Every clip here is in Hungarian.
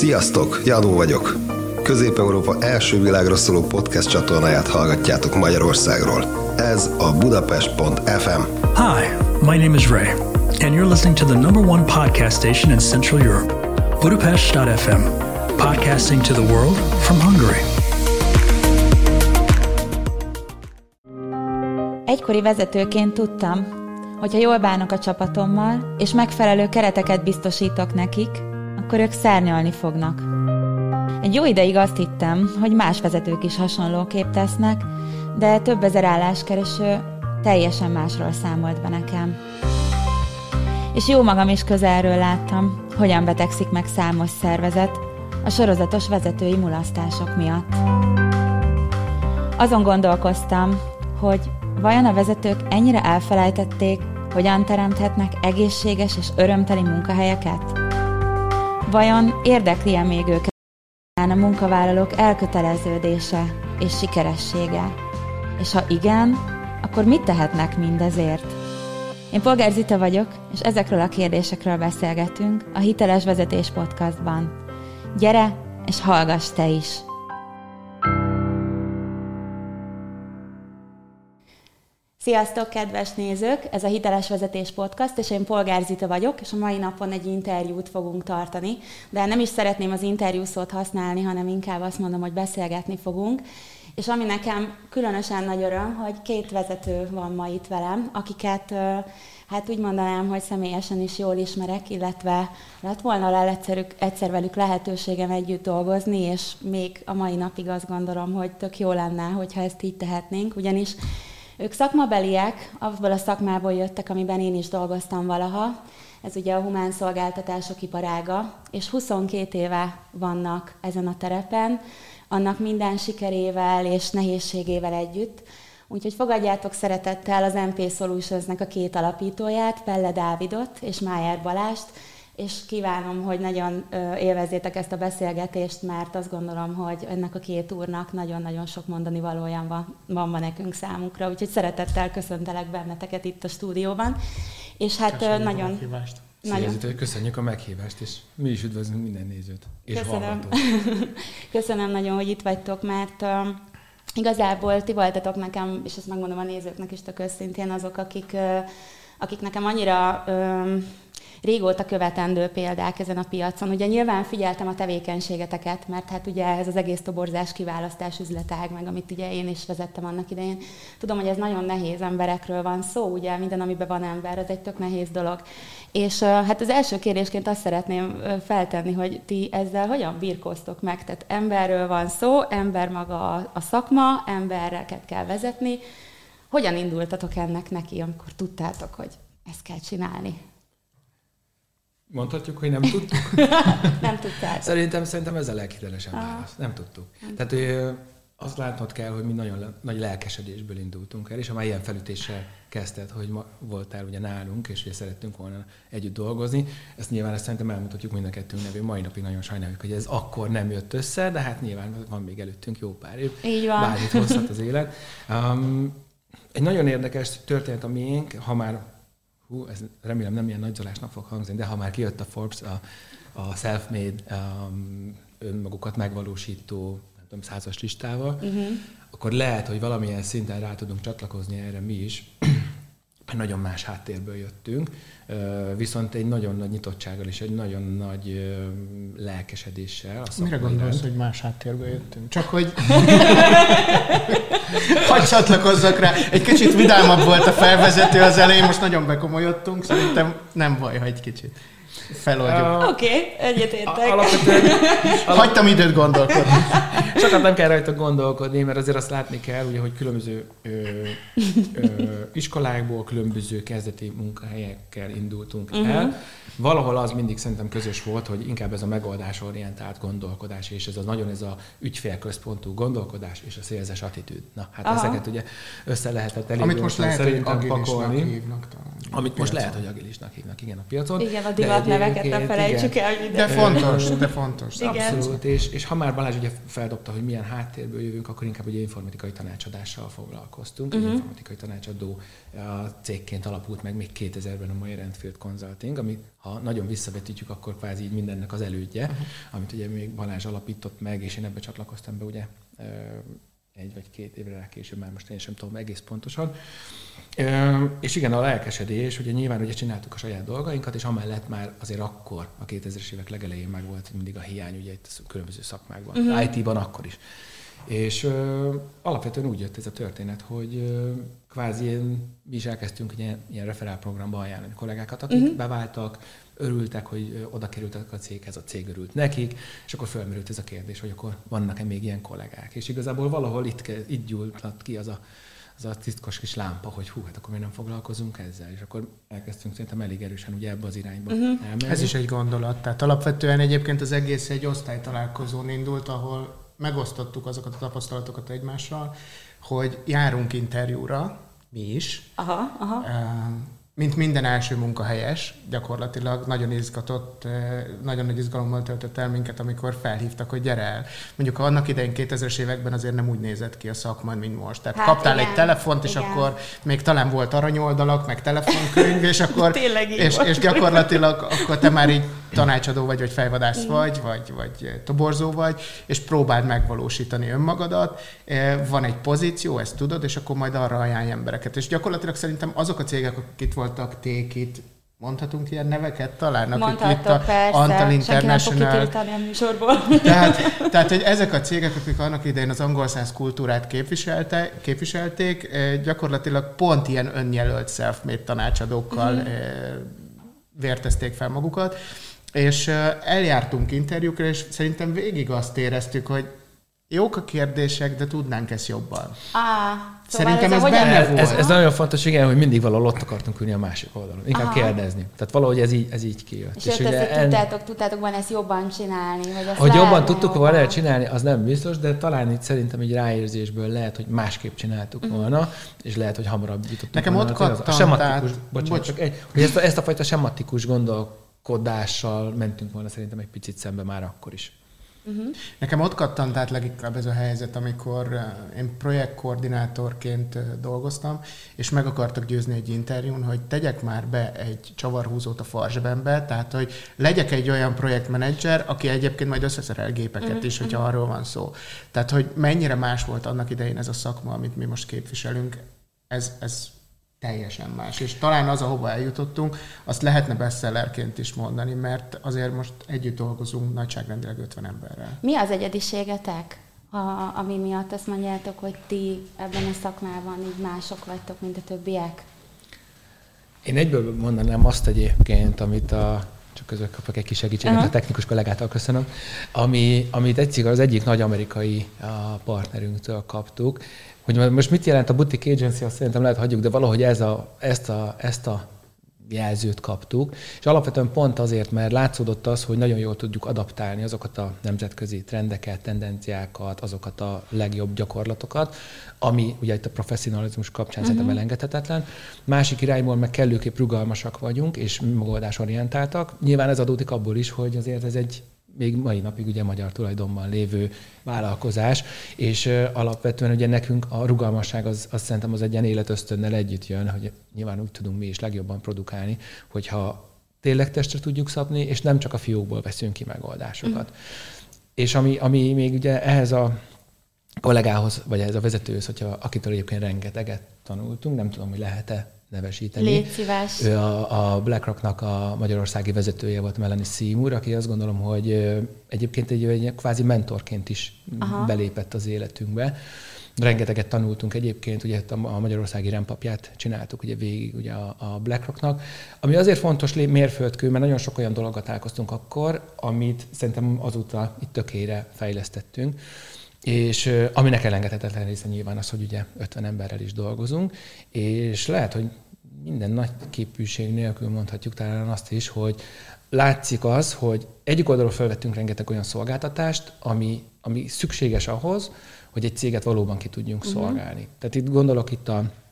Sziasztok, Jadó vagyok. Közép-Európa első világra szóló podcast csatornáját hallgatjátok Magyarországról. Ez a Budapest.fm. Hi, my name is Ray, and you're listening to the #1 podcast station in Central Europe, Budapest.fm, podcasting to the world from Hungary. Egykori vezetőként tudtam, hogyha jól bánok a csapatommal, és megfelelő kereteket biztosítok nekik, akkor ők szárnyalni fognak. Egy jó ideig azt hittem, hogy más vezetők is hasonlóképp tesznek, de több ezer álláskereső teljesen másról számolt be nekem. És jó magam is közelről láttam, hogyan betegszik meg számos szervezet a sorozatos vezetői mulasztások miatt. Azon gondolkoztam, hogy vajon a vezetők ennyire elfelejtették, hogyan teremthetnek egészséges és örömteli munkahelyeket? Vajon érdekli-e még őket a munkavállalók elköteleződése és sikeressége? És ha igen, akkor mit tehetnek mindezért? Én Polgár Zita vagyok, és ezekről a kérdésekről beszélgetünk a Hiteles Vezetés Podcastban. Gyere, és hallgass te is! Sziasztok, kedves nézők! Ez a Hiteles Vezetés Podcast, és én Polgár Zita vagyok, és a mai napon egy interjút fogunk tartani, de nem is szeretném az interjú szót használni, hanem inkább azt mondom, hogy beszélgetni fogunk. És ami nekem különösen nagy öröm, hogy két vezető van ma itt velem, akiket hát úgy mondanám, hogy személyesen is jól ismerek, illetve lett volna egyszer velük lehetőségem együtt dolgozni, és még a mai napig azt gondolom, hogy tök jó lenne, hogyha ezt így tehetnénk, ugyanis ők szakmabeliek, abból a szakmából jöttek, amiben én is dolgoztam valaha. Ez ugye a humán szolgáltatások iparága, és 22 éve vannak ezen a terepen, annak minden sikerével és nehézségével együtt. Úgyhogy fogadjátok szeretettel az MP Solutionsnek a két alapítóját, Pelle Dávidot és Májer Balást, és kívánom, hogy nagyon élvezzétek ezt a beszélgetést, mert azt gondolom, hogy ennek a két úrnak nagyon-nagyon sok mondani valója van ma nekünk számukra. Úgyhogy szeretettel köszöntelek benneteket itt a stúdióban. És hát köszönjük nagyon... a meghívást. Szia, köszönjük a meghívást, és mi is üdvözlünk minden nézőt és hallgatót. Köszönöm nagyon, hogy itt vagytok, mert igazából ti voltatok nekem, és ezt megmondom a nézőknek is tök őszintén, azok, akik nekem annyira... régóta követendő példák ezen a piacon. Ugye nyilván figyeltem a tevékenységeteket, mert hát ugye ez az egész toborzás kiválasztás üzletág, meg amit ugye én is vezettem annak idején. Tudom, hogy ez nagyon nehéz, emberekről van szó, ugye minden, amiben van ember, ez egy tök nehéz dolog. És hát az első kérdésként azt szeretném feltenni, hogy ti ezzel hogyan birkóztok meg? Tehát emberről van szó, ember maga a szakma, embereket kell vezetni. Hogyan indultatok ennek neki, amikor tudtátok, hogy ezt kell csinálni? Mondhatjuk, hogy nem tudtuk? Nem tudtátok. Szerintem ez a leghitelesebb válasz. Nem tudtuk. Tehát azt látnod kell, hogy mi nagyon nagy lelkesedésből indultunk el, és ha már ilyen felütéssel kezdted, hogy ma voltál ugye nálunk, és ugye szerettünk volna együtt dolgozni, ezt nyilván szerintem elmutatjuk mind a kettőnk nevén. Mai napig nagyon sajnáljuk, hogy ez akkor nem jött össze, de hát nyilván van még előttünk jó pár év. Így van. Bármit hozhat az élet. Egy nagyon érdekes történet a miénk, ha már ez remélem nem ilyen nagyzolásnak fog hangzni, de ha már kijött a Forbes, a self-made, önmagukat megvalósító, nem tudom, 100-as listával, akkor lehet, hogy valamilyen szinten rá tudunk csatlakozni erre mi is, nagyon más háttérből jöttünk, viszont egy nagyon nagy nyitottsággal és egy nagyon nagy lelkesedéssel. Mire gondolsz, hogy más háttérből jöttünk? Csak hogy... Hadd csatlakozzak rá. Egy kicsit vidámabb volt a felvezető az elején, most nagyon bekomolyodtunk, szerintem nem baj, ha egy kicsit feloldjuk. Oké, egyetértek. Alapvetően hagytam időt gondolkodni. Sokat nem kell rajta gondolkodni, mert azért azt látni kell, ugye, hogy különböző iskolákból, különböző kezdeti munkahelyekkel indultunk el. Valahol az mindig szerintem közös volt, hogy inkább ez a megoldásorientált gondolkodás, és ez a ügyfélközpontú gondolkodás és a szélzes attitűd. Na, hát ezeket ugye össze lehetett elég amit most lehet, szerintem hogy pakolni. hívnak talán. Amit most lehet, hogy agilisnak hívnak, igen, a piacon. Igen, a de vállalatneveket ne felejtsük el. De fontos. Abszolút, és ha már Balázs ugye feldobta, hogy milyen háttérből jövünk, akkor inkább ugye informatikai tanácsadással foglalkoztunk. Egy informatikai tanácsadó cégként alapult meg még 2000-ben a mai Renfield Consulting, ami ha nagyon visszavetítjük, akkor kvázi így mindennek az elődje, amit ugye még Balázs alapított meg, és én ebbe csatlakoztam be ugye 1 vagy 2 évre rá később, már most én sem tudom egész pontosan. És igen, a lelkesedés, ugye nyilván ugye csináltuk a saját dolgainkat, és amellett már azért akkor, a 2000-es évek legelején meg volt mindig a hiány, ugye itt a különböző szakmákban, IT-ban akkor is. És alapvetően úgy jött ez a történet, hogy kvázi mi is elkezdtünk ilyen referálprogramba ajánlani kollégákat, akik beváltak, örültek, hogy oda kerültek a céghez, a cég örült nekik, és akkor felmerült ez a kérdés, hogy akkor vannak-e még ilyen kollégák. És igazából valahol itt gyújtott ki az a tisztkos kis lámpa, hogy hát akkor mi nem foglalkozunk ezzel, és akkor elkezdtünk szerintem elég erősen ugye ebbe az irányba elmenni. Ez is egy gondolat. Tehát alapvetően egyébként az egész egy osztálytalálkozón indult, ahol megosztottuk azokat a tapasztalatokat egymással, hogy járunk interjúra, mi is. Mint minden első munkahelyes, gyakorlatilag nagyon izgatott, nagyon nagy izgalommal töltött el minket, amikor felhívtak, hogy gyere el. Mondjuk annak idején 2000-es években azért nem úgy nézett ki a szakma, mint most. Tehát kaptál egy telefont, és akkor még talán volt aranyoldalak, meg telefonkönyv, és akkor és gyakorlatilag akkor te már így tanácsadó vagy fejvadász vagy toborzó vagy, és próbáld megvalósítani önmagadat. Van egy pozíció, ezt tudod, és akkor majd arra ajánlj embereket. És gyakorlatilag szerintem azok a cégek, akik itt voltak, Tékit, mondhatunk ilyen neveket talán? Mondhatok, persze, Antal International. senki nem fog kitiltani a műsorból. Tehát, hogy ezek a cégek, akik annak idején az angol száz kultúrát képviselték, gyakorlatilag pont ilyen önjelölt self-made tanácsadókkal vértezték fel magukat, és eljártunk interjúkra, és szerintem végig azt éreztük, hogy jók a kérdések, de tudnánk ezt jobban. Szerintem ez benne volt. Ez nagyon fontos, igen, hogy mindig valahol ott akartunk ülni a másik oldalon. Inkább kérdezni. Tehát valahogy ez így kijött. És ezt tudtátok volna ezt jobban csinálni? Hogy jobban tudtuk volna csinálni, az nem biztos, de talán itt szerintem egy ráérzésből lehet, hogy másképp csináltuk volna, és lehet, hogy hamarabb jutottunk. Nekem ott kattant. Hogy ezt a fajta sematikus gondolkodással mentünk volna szerintem egy picit szembe már akkor is. Nekem ott kattant át leginkább ez a helyzet, amikor én projektkoordinátorként dolgoztam, és meg akartak győzni egy interjún, hogy tegyek már be egy csavarhúzót a farzsebembe, tehát hogy legyek egy olyan projektmenedzser, aki egyébként majd összeszerel gépeket is, hogyha arról van szó. Tehát, hogy mennyire más volt annak idején ez a szakma, amit mi most képviselünk, ez teljesen más. És talán az, ahova eljutottunk, azt lehetne bestsellerként is mondani, mert azért most együtt dolgozunk nagyságrendileg 50 emberrel. Mi az egyediségetek, ami miatt azt mondjátok, hogy ti ebben a szakmában így mások vagytok, mint a többiek? Én egyből mondanám azt egyébként, amit csak közül kapok egy kis segítséget, a technikus kollégától köszönöm, amit az egyik nagy amerikai partnerünktől kaptuk, hogy most mit jelent a boutique agency, azt szerintem lehet hagyjuk, de valahogy ezt a jelzőt kaptuk, és alapvetően pont azért, mert látszódott az, hogy nagyon jól tudjuk adaptálni azokat a nemzetközi trendeket, tendenciákat, azokat a legjobb gyakorlatokat, ami ugye itt a professzionalizmus kapcsán szerintem elengedhetetlen. Másik irányból meg kellőképp rugalmasak vagyunk, és megoldásorientáltak. Nyilván ez adódik abból is, hogy azért ez egy még mai napig ugye magyar tulajdonban lévő vállalkozás, és alapvetően ugye nekünk a rugalmasság az szerintem az egy ilyen életösztönnel együtt jön, hogy nyilván úgy tudunk mi is legjobban produkálni, hogyha tényleg testre tudjuk szabni, és nem csak a fiókból veszünk ki megoldásokat. És ami még ugye ehhez a kollégához, vagy ehhez a vezetőhöz, akitől egyébként rengeteget tanultunk, nem tudom, hogy lehet-e nevesíteni. Légy szíves. Ő a BlackRocknak a magyarországi vezetője volt, Melanie Seymour, aki azt gondolom, hogy egyébként egy kvázi mentorként is belépett az életünkbe. Rengeteget tanultunk egyébként, ugye a magyarországi REM-papját csináltuk ugye végig ugye a BlackRocknak, ami azért fontos mérföldkő, mert nagyon sok olyan dolgot találkoztunk akkor, amit szerintem azóta itt tökére fejlesztettünk, és aminek elengedhetetlen része nyilván az, hogy ugye 50 emberrel is dolgozunk, és lehet, hogy minden nagy képűség nélkül mondhatjuk talán azt is, hogy látszik az, hogy egyik oldalról felvettünk rengeteg olyan szolgáltatást, ami szükséges ahhoz, hogy egy céget valóban ki tudjunk szolgálni. Tehát itt gondolok itt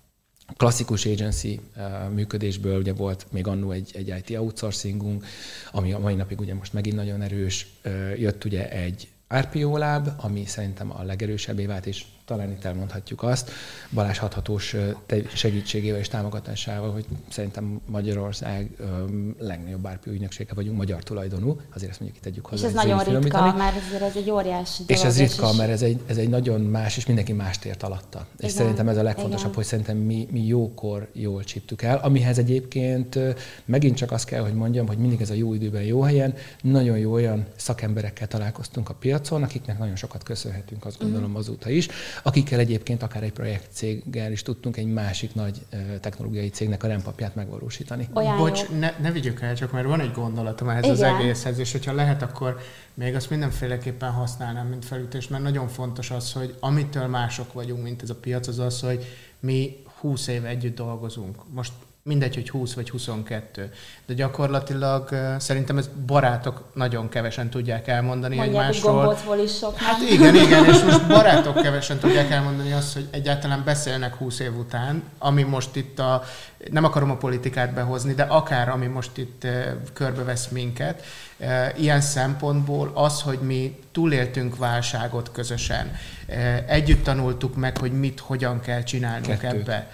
klasszikus agency működésből ugye volt még annó egy IT outsourcingunk, ami a mai napig ugye most megint nagyon erős. Jött ugye egy RPO Lab, ami szerintem a legerősebbé vált, és talán itt elmondhatjuk azt, Balázs hathatós segítségével és támogatásával, hogy szerintem Magyarország legnagyobb RPO ügynöksége vagyunk, magyar tulajdonú, azért ezt mondjuk itt tegyük hozzá. És ez nagyon ritka, mert ez egy óriási dolog. És ez ritka, mert ez egy nagyon más, és mindenki mást ért alatta. Igen, és szerintem ez a legfontosabb, igen, hogy szerintem mi jókor jól csíptük el, amihez egyébként megint csak azt kell, hogy mondjam, hogy mindig ez a jó időben, jó helyen, nagyon jó olyan szakemberekkel találkoztunk a piacon, akiknek nagyon sokat köszönhetünk, azt gondolom azóta is, akikkel egyébként akár egy projektcéggel is tudtunk egy másik nagy technológiai cégnek a ramp-upját megvalósítani. Bocs, ne vigyük el, csak mert van egy gondolatom ehhez az egészhez, és hogyha lehet, akkor még azt mindenféleképpen használnám, mint felütés, mert nagyon fontos az, hogy amitől mások vagyunk, mint ez a piac, az az, hogy mi 20 éve együtt dolgozunk. Most mindegy, hogy 20 vagy 22. De gyakorlatilag szerintem ez barátok nagyon kevesen tudják elmondani mondják, egymásról. Mondják, hogy gombóc is sok. Hát igen, és most barátok kevesen tudják elmondani azt, hogy egyáltalán beszélnek 20 év után, ami most itt nem akarom a politikát behozni, de akár ami most itt körbevesz minket. Ilyen szempontból az, hogy mi túléltünk válságot közösen, együtt tanultuk meg, hogy mit, hogyan kell csinálnunk ebbe.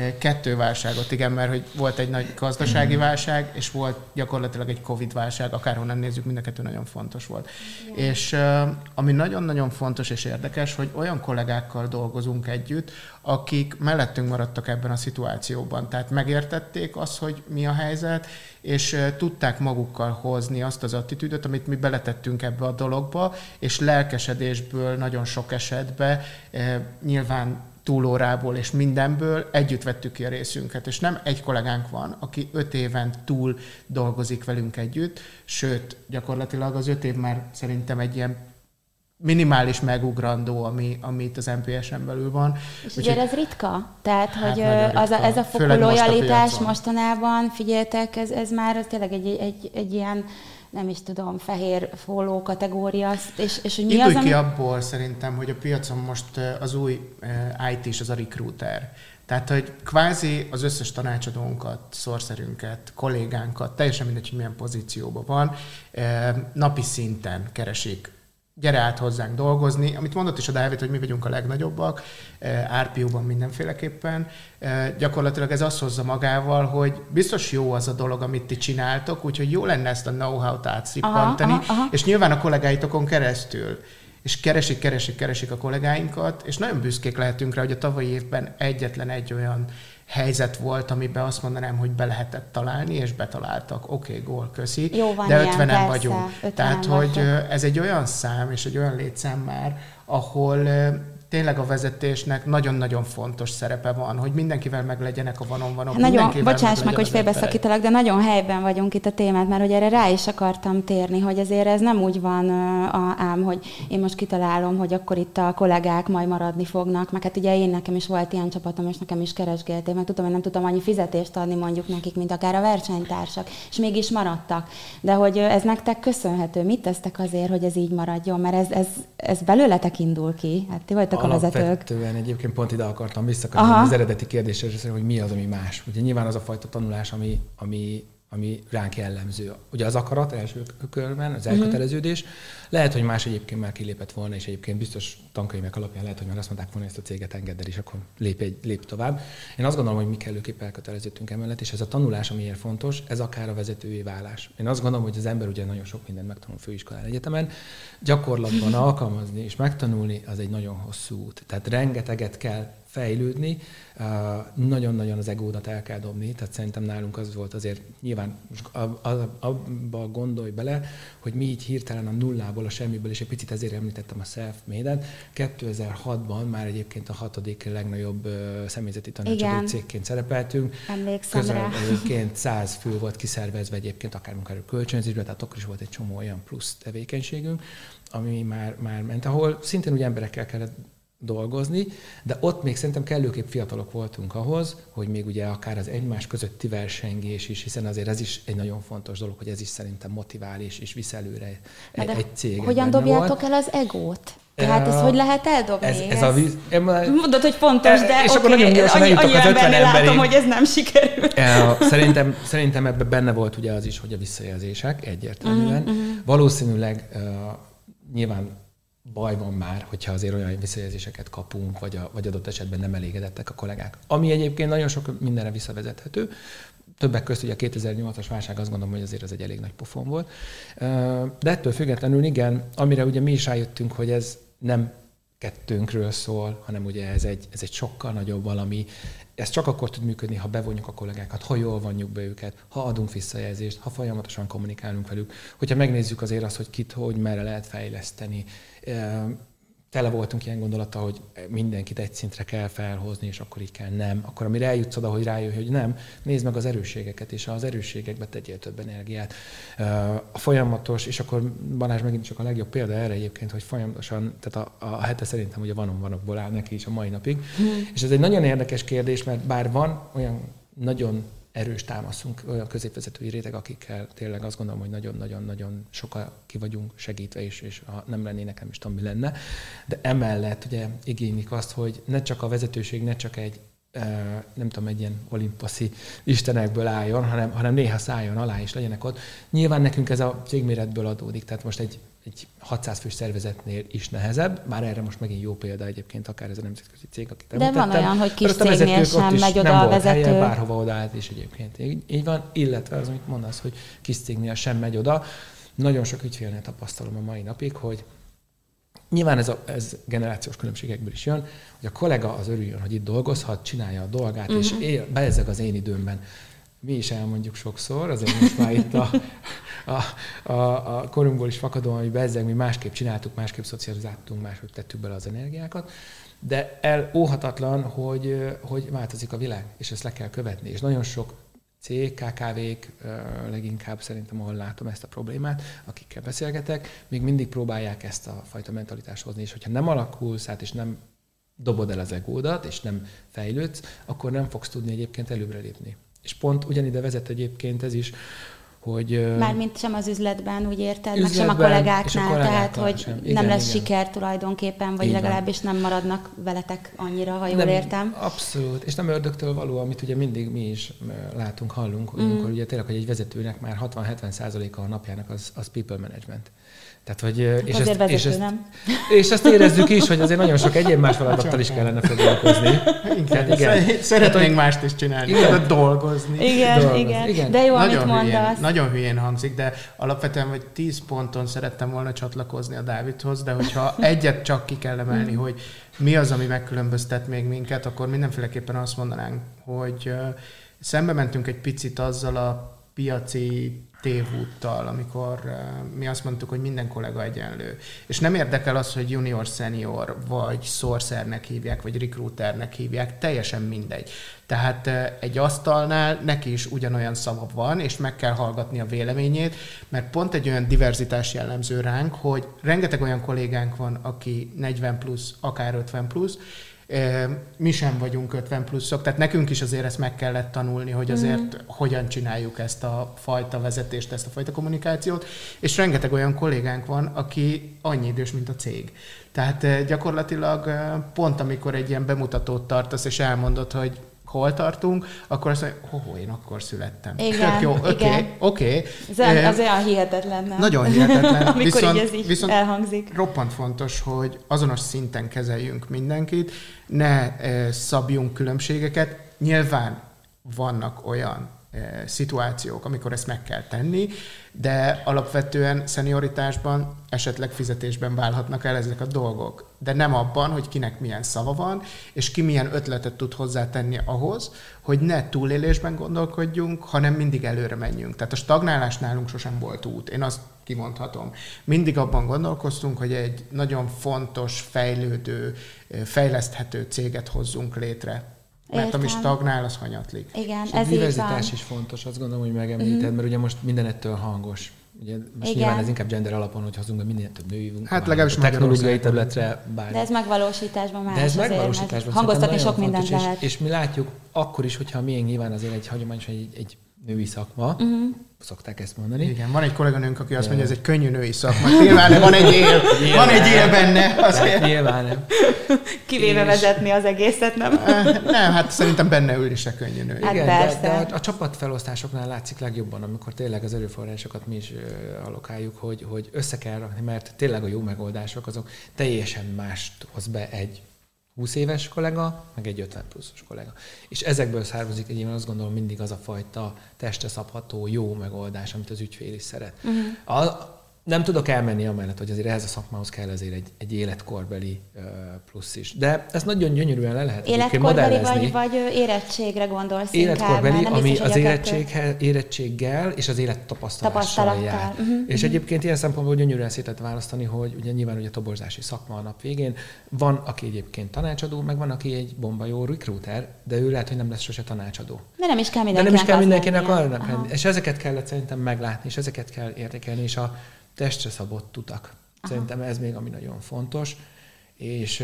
2 válságot, igen, mert hogy volt egy nagy gazdasági válság, és volt gyakorlatilag egy Covid válság, akárhonnan nézzük, mind a 2 nagyon fontos volt. Igen. És ami nagyon-nagyon fontos és érdekes, hogy olyan kollégákkal dolgozunk együtt, akik mellettünk maradtak ebben a szituációban. Tehát megértették azt, hogy mi a helyzet, és tudták magukkal hozni azt az attitűdöt, amit mi beletettünk ebbe a dologba, és lelkesedésből nagyon sok esetben nyilván túlórából és mindenből együtt vettük ki a részünket. És nem egy kollégánk van, aki 5 éven túl dolgozik velünk együtt, sőt, gyakorlatilag az 5 év már szerintem egy ilyen minimális megugrandó, ami itt az NPS-en belül van. És ugye ez ritka? Tehát, hát hogy ez a fokú lojalitás mostanában, figyeljetek, ez már tényleg egy ilyen, nem is tudom, fehér follow kategória. És hogy mi az, ki abból szerintem, hogy a piacon most az új IT-s, az a recruiter. Tehát, hogy kvázi az összes tanácsadónkat, szorszerünket, kollégánkat, teljesen mindegy, hogy milyen pozícióban van, napi szinten keresik. Gyere át hozzánk dolgozni. Amit mondott is a Dávid, hogy mi vagyunk a legnagyobbak, RPO-ban mindenféleképpen. Gyakorlatilag ez azt hozza magával, hogy biztos jó az a dolog, amit ti csináltok, úgyhogy jó lenne ezt a know-how-t átszippantani, és nyilván a kollégáitokon keresztül. És keresik a kollégáinkat, és nagyon büszkék lehetünk rá, hogy a tavalyi évben egyetlen egy olyan helyzet volt, amiben azt mondanám, hogy be lehetett találni, és betaláltak. Oké, gól, köszi. Jó van, de 50-en vagyunk. Tehát, hogy ez egy olyan szám, és egy olyan létszám már, ahol tényleg a vezetésnek nagyon-nagyon fontos szerepe van, hogy mindenkivel meglegyenek a van-on-vanok. Nagyon, bocsáss meg, hogy félbeszakítalak, de nagyon helyben vagyunk itt a témát, mert hogy erre rá is akartam térni, hogy azért ez nem úgy van ám, hogy én most kitalálom, hogy akkor itt a kollégák majd maradni fognak, meg hát ugye nekem is volt ilyen csapatom, és nekem is keresgélték, meg tudom, hogy nem tudtam annyi fizetést adni mondjuk nekik, mint akár a versenytársak, és mégis maradtak. De hogy ez nektek köszönhető, mit tesztek azért, hogy ez így maradjon, mert ez belőletek indul ki, hát ti vagytok a vezetők. Alapvetően egyébként pont ide akartam visszakanyarodni az eredeti kérdésre, hogy mi az, ami más. Ugye nyilván az a fajta tanulás, ami ránk jellemző. Ugye az akarat első körben, az elköteleződés. Lehet, hogy más egyébként már kilépett volna, és egyébként biztos tankönyvek alapján lehet, hogy már azt mondták volna, hogy ezt a céget engedd el, és akkor lép tovább. Én azt gondolom, hogy mi kellőképp elköteleződtünk emellett, és ez a tanulás, amiért fontos, ez akár a vezetői válás. Én azt gondolom, hogy az ember ugye nagyon sok mindent megtanul főiskolán, egyetemen, gyakorlatban alkalmazni és megtanulni, az egy nagyon hosszú út. Tehát rengeteget kell fejlődni, nagyon-nagyon az egódat el kell dobni, tehát szerintem nálunk az volt azért, nyilván abba gondolj bele, hogy mi így hirtelen a nullából, a semmiből, és egy picit ezért említettem a self-made-et, 2006-ban már egyébként a 6. legnagyobb személyzeti tanácsadó cégként szerepeltünk. Emlékszem rá. Egyébként 100 fő volt kiszervezve egyébként, akár munkáról kölcsönzésben, tehát akkor is volt egy csomó olyan plusz tevékenységünk, ami már ment, ahol szintén úgy emberekkel kellett dolgozni, de ott még szerintem kellőképp fiatalok voltunk ahhoz, hogy még ugye akár az egymás közötti versengés is, hiszen azért ez is egy nagyon fontos dolog, hogy ez is szerintem motivál és visz előre egy céget. Hogyan dobjátok el az egót? Tehát ezt hogy lehet eldobni? Mondod, hogy fontos, de és akkor nagyon gyorsan eljutok az 50 emberig. Látom, hogy ez nem sikerül. Szerintem ebben benne volt ugye az is, hogy a visszajelzések egyértelműen. Valószínűleg nyilván baj van már, hogyha azért olyan visszajelzéseket kapunk, vagy adott esetben nem elégedettek a kollégák. Ami egyébként nagyon sok mindenre visszavezethető. Többek közt ugye a 2008-as válság, azt gondolom, hogy azért ez egy elég nagy pofon volt. De ettől függetlenül igen, amire ugye mi is rájöttünk, hogy ez nem kettőnkről szól, hanem ugye ez egy sokkal nagyobb valami. Ez csak akkor tud működni, ha bevonjuk a kollégákat, ha jól vonjuk be őket, ha adunk visszajelzést, ha folyamatosan kommunikálunk velük. Hogyha megnézzük azért azt, hogy kit, hogy merre lehet fejleszteni. Tele voltunk ilyen gondolata, hogy mindenkit egy szintre kell felhozni, és akkor így kell nem. Akkor amire eljutsz oda, hogy rájöjj, hogy nem, nézd meg az erősségeket, és az erősségekbe tegyél több energiát. A folyamatos, és akkor Balázs megint csak a legjobb példa erre egyébként, hogy folyamatosan, tehát a hete szerintem ugye vanokból áll neki is a mai napig. És ez egy nagyon érdekes kérdés, mert bár van olyan nagyon erős támaszunk, olyan középvezetői réteg, akikkel tényleg azt gondolom, hogy nagyon-nagyon-nagyon sokkal ki vagyunk segítve, és ha nem lennének, nem is tudom, mi lenne. De emellett ugye igénylik azt, hogy ne csak a vezetőség, ne csak egy nem tudom, egy ilyen olimposzi istenekből álljon, hanem néha szálljon alá is legyenek ott. Nyilván nekünk ez a cégméretből adódik, tehát most egy 600 fős szervezetnél is nehezebb, bár erre most megint jó példa egyébként, akár ez a nemzetközi cég, akit említettem. De van olyan, hogy kis cégnél sem megy oda a vezető. Helye, bárhova odaállt is egyébként. Így van, illetve az, amit mondasz, hogy kis cégnél sem megy oda. Nagyon sok ügyfélnél tapasztalom a mai napig, hogy nyilván ez generációs különbségekből is jön, hogy a kollega az örüljön, hogy itt dolgozhat, csinálja a dolgát, és beezzeg az én időmben. Mi is elmondjuk sokszor, azért most már itt a korunkból is fakadóan, hogy beezzeg, mi másképp csináltuk, másképp szocializáltunk, máshogy tettük bele az energiákat, de óhatatlan, hogy változik a világ, és ezt le kell követni. És nagyon sok cég, KKV-k leginkább szerintem, ahol látom ezt a problémát, akikkel beszélgetek, még mindig próbálják ezt a fajta mentalitást hozni, és hogyha nem alakulsz át, és nem dobod el az egódat, és nem fejlődsz, akkor nem fogsz tudni egyébként előbbre lépni. És pont ugyanide vezet egyébként ez is, hogy... Mármint sem az üzletben, úgy érted, meg sem a kollégáknál, tehát hogy sem. Nem lesz siker tulajdonképpen, vagy legalábbis nem maradnak veletek annyira, ha jól értem. Abszolút, és nem ördögtől való, amit ugye mindig mi is látunk, hallunk, amikor ugye tényleg, hogy egy vezetőnek már 60-70%-a a napjának az people management. Tehát, hogy, és ezt érezzük is, hogy azért nagyon sok egyéb más feladattal is kellene foglalkozni. Igen. Szeretnénk mást is csinálni, dolgozni. Igen. De jó, amit mondasz. Nagyon hülyén hangzik, de alapvetően vagy 10 ponton szerettem volna csatlakozni a Dávidhoz, de hogyha egyet csak ki kell emelni, hogy mi az, ami megkülönböztet még minket, akkor mindenféleképpen azt mondanánk, hogy szembe mentünk egy picit azzal a piaci tévúttal, amikor mi azt mondtuk, hogy minden kollega egyenlő. És nem érdekel az, hogy junior, senior, vagy sourcernek hívják, vagy recruiternek hívják, teljesen mindegy. Tehát egy asztalnál neki is ugyanolyan szava van, és meg kell hallgatni a véleményét, mert pont egy olyan diverzitás jellemző ránk, hogy rengeteg olyan kollégánk van, aki 40 plusz, akár 50 plusz, mi sem vagyunk 50 pluszok, tehát nekünk is azért ezt meg kellett tanulni, hogy azért hogyan csináljuk ezt a fajta vezetést, ezt a fajta kommunikációt, és rengeteg olyan kollégánk van, aki annyi idős, mint a cég. Tehát gyakorlatilag pont amikor egy ilyen bemutatót tartasz, és elmondod, hogy hol tartunk, akkor azt mondja, én akkor születtem. Igen, jó, oké. Az olyan hihetetlen, nem? Nagyon hihetetlen. Amikor így ez így elhangzik. Roppant fontos, hogy azonos szinten kezeljünk mindenkit, ne szabjunk különbségeket. Nyilván vannak olyan szituációk, amikor ezt meg kell tenni, de alapvetően szenioritásban, esetleg fizetésben válhatnak el ezek a dolgok. De nem abban, hogy kinek milyen szava van, és ki milyen ötletet tud hozzátenni ahhoz, hogy ne túlélésben gondolkodjunk, hanem mindig előre menjünk. Tehát a stagnálás nálunk sosem volt út. Én azt kimondhatom. Mindig abban gondolkoztunk, hogy egy nagyon fontos, fejlődő, fejleszthető céget hozzunk létre. Mert ami stagnál, az hanyatlik. Igen, és ez a diverzitás is fontos, azt gondolom, hogy megemlíted, mert ugye most minden ettől hangos. ugye most nyilván ez inkább gender alapon, hogy hozunk be minél több női legalábbis technológiai területre bármi. De ez megvalósításban más. De ez megvalósításban hangoztatni sok mindent lehet. És mi látjuk akkor is, hogyha miénk nyilván azért egy hagyományos, egy női szakma, szokták ezt mondani. Igen, van egy kolléganőnk, aki azt mondja, ez egy könnyű női szakma. Nyilván van egy él benne. Azért. Nyilván nem. Kivéve vezetni az egészet, nem? Nem, hát szerintem benne ül is a könnyű nő. Hát igen, de a csapatfelosztásoknál látszik legjobban, amikor tényleg az erőforrásokat mi is allokáljuk, hogy össze kell rakni, mert tényleg a jó megoldások azok teljesen mást hoz be egy 20 éves kollega, meg egy 50 pluszos kollega. És ezekből származik egyébként azt gondolom mindig az a fajta testre szabható jó megoldás, amit az ügyfél is szeret. Nem tudok elmenni amellett, hogy azért ehhez a szakmához kell azért egy életkorbeli plusz is. De ezt nagyon gyönyörűen le lehet modellezni. Vagy érettségre gondolsz életkorbeli, inkább, ami az érettséggel és az élettapasztalással jár. És egyébként ilyen szempontból gyönyörűen szét lehet választani, hogy ugye nyilván ugye toborzási szakma a nap végén. Van, aki egyébként tanácsadó, meg van, aki egy bomba jó recruiter, de ő lehet, hogy nem lesz sose tanácsadó. De nem is kell mindenkinek arra lenni. És ezeket kellett szerintem meglátni, és ezeket kell értékelni, és a testre szabott utak. Szerintem ez még ami nagyon fontos, és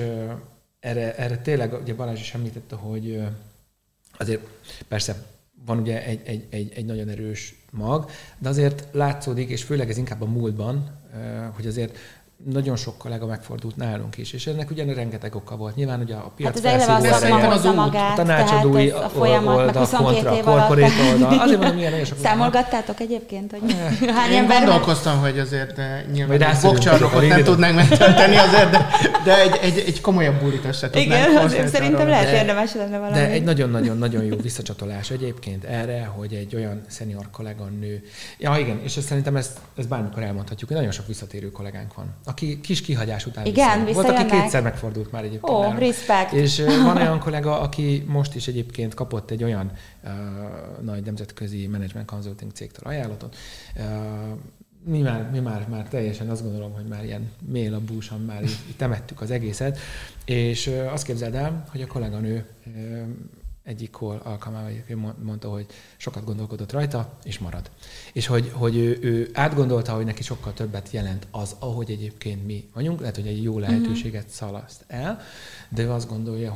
erre tényleg, ugye Balázs is említette, hogy azért persze van ugye egy nagyon erős mag, de azért látszódik, és főleg ez inkább a múltban, hogy azért nagyon sok kollega megfordult nálunk is, és ennek ugyan rengeteg oka volt. Nyilván ugye a piac felszívó a tanácsadói oldal kontra corporate oldal. Azért mondom, milyen nagyon sok. Számolgattátok egyébként, hogy hány ember? Én gondolkoztam, hogy azért nyilván bokcsarnokot nem tudnánk megtölteni azért, de egy komolyabb bulit össze tudnánk. Igen, szerintem lehet érdemes lenne valami. De egy nagyon-nagyon jó visszacsatolás egyébként erre, hogy egy olyan szenior kolléganő. Ja igen, és szerintem ezt bármikor elmondhatjuk, hogy nagyon sok visszatérő kollégánk van, aki kis kihagyás után volt, aki kétszer megfordult már egyébként. Respect. És van olyan kollega, aki most is egyébként kapott egy olyan nagy nemzetközi management consulting cégtől ajánlatot. Mi már teljesen azt gondolom, hogy már ilyen mély a búsan már így temettük az egészet, és azt képzeld el, hogy a kolléganő egyik alkalmával mondta, hogy sokat gondolkodott rajta, és marad. És hogy ő átgondolta, hogy neki sokkal többet jelent az, ahogy egyébként mi vagyunk, lehet, hogy egy jó lehetőséget szalaszt el, de ő azt gondolja,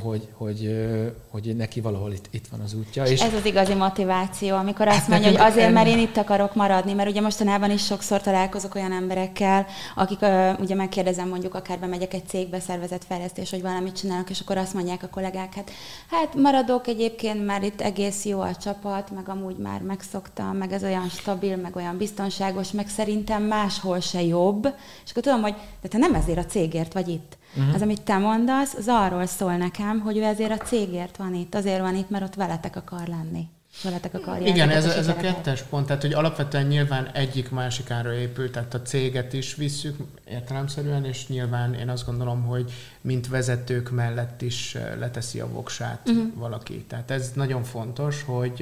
hogy neki valahol itt van az útja. És ez az igazi motiváció, amikor azt mondja, hogy azért, mert én itt akarok maradni, mert ugye mostanában is sokszor találkozok olyan emberekkel, akik ugye megkérdezem, mondjuk akár bemegyek egy cégbe, szervezett fejlesztés, hogy valamit csinálok, és akkor azt mondják a kollégák, hát maradok egyébként, mert itt egész jó a csapat, meg amúgy már megszoktam, meg ez olyan stabil, meg olyan biztonságos, meg szerintem máshol se jobb. És akkor tudom, hogy de te nem ezért a cégért vagy itt. Az, amit te mondasz, az arról szól nekem, hogy ő ezért a cégért van itt, azért van itt, mert ott veletek akar lenni. Veletek akar igen, ez a kettes pont, tehát hogy alapvetően nyilván egyik-másikára épült, tehát a céget is visszük értelemszerűen, és nyilván én azt gondolom, hogy mint vezetők mellett is leteszi a voksát valaki. Tehát ez nagyon fontos,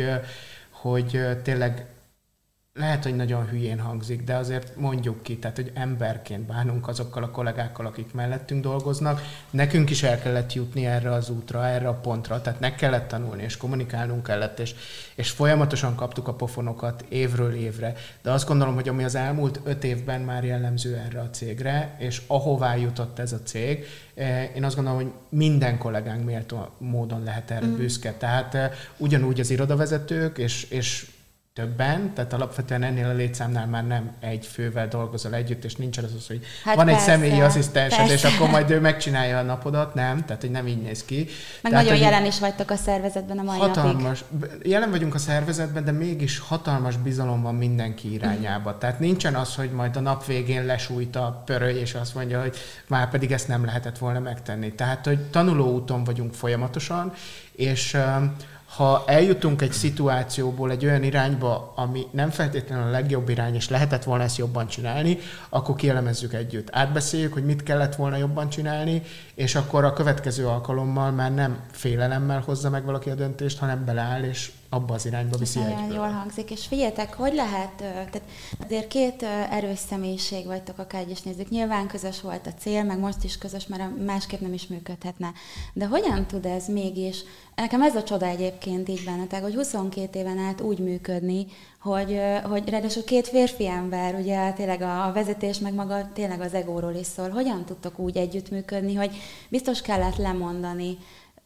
hogy tényleg lehet, hogy nagyon hülyén hangzik, de azért mondjuk ki, tehát, hogy emberként bánunk azokkal a kollégákkal, akik mellettünk dolgoznak. Nekünk is el kellett jutni erre az útra, erre a pontra, tehát meg kellett tanulni, és kommunikálnunk kellett, és folyamatosan kaptuk a pofonokat évről évre. De azt gondolom, hogy ami az elmúlt 5 évben már jellemző erre a cégre, és ahová jutott ez a cég, én azt gondolom, hogy minden kollégánk méltó módon lehet erre büszke. Tehát ugyanúgy az irodavezetők, és többen, tehát alapvetően ennél a létszámnál már nem egy fővel dolgozol együtt, és nincsen az, hogy hát van persze, egy személyi asszisztensed, és akkor majd ő megcsinálja a napodat, nem? Tehát, hogy nem így néz ki. Meg tehát, nagyon jelen is vagytok a szervezetben a mai napig. Jelen vagyunk a szervezetben, de mégis hatalmas bizalom van mindenki irányába. Tehát nincsen az, hogy majd a nap végén lesújt a pöröly, és azt mondja, hogy már pedig ezt nem lehetett volna megtenni. Tehát, hogy tanuló úton vagyunk folyamatosan, és ha eljutunk egy szituációból egy olyan irányba, ami nem feltétlenül a legjobb irány, és lehetett volna ezt jobban csinálni, akkor kielemezzük együtt. Átbeszéljük, hogy mit kellett volna jobban csinálni, és akkor a következő alkalommal már nem félelemmel hozza meg valaki a döntést, hanem beleáll, abba az irányba viszi egyből. Nagyon jól hangzik, és figyeljetek, hogy lehet, tehát azért két erős személyiség vagytok, akár is nézzük. Nyilván közös volt a cél, meg most is közös, mert másképp nem is működhetne. De hogyan tud ez mégis, nekem ez a csoda egyébként így bennetek, hogy 22 éven át úgy működni, hogy ráadásul két férfi ember, ugye tényleg a vezetés, meg maga tényleg az egóról is szól. Hogyan tudtok úgy együttműködni, hogy biztos kellett lemondani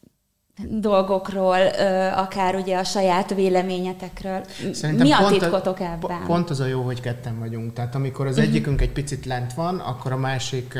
dolgokról, akár ugye a saját véleményetekről. Szerintem mi a titkotok ebben? Pont az a jó, hogy ketten vagyunk. Tehát amikor az egyikünk egy picit lent van, akkor a másik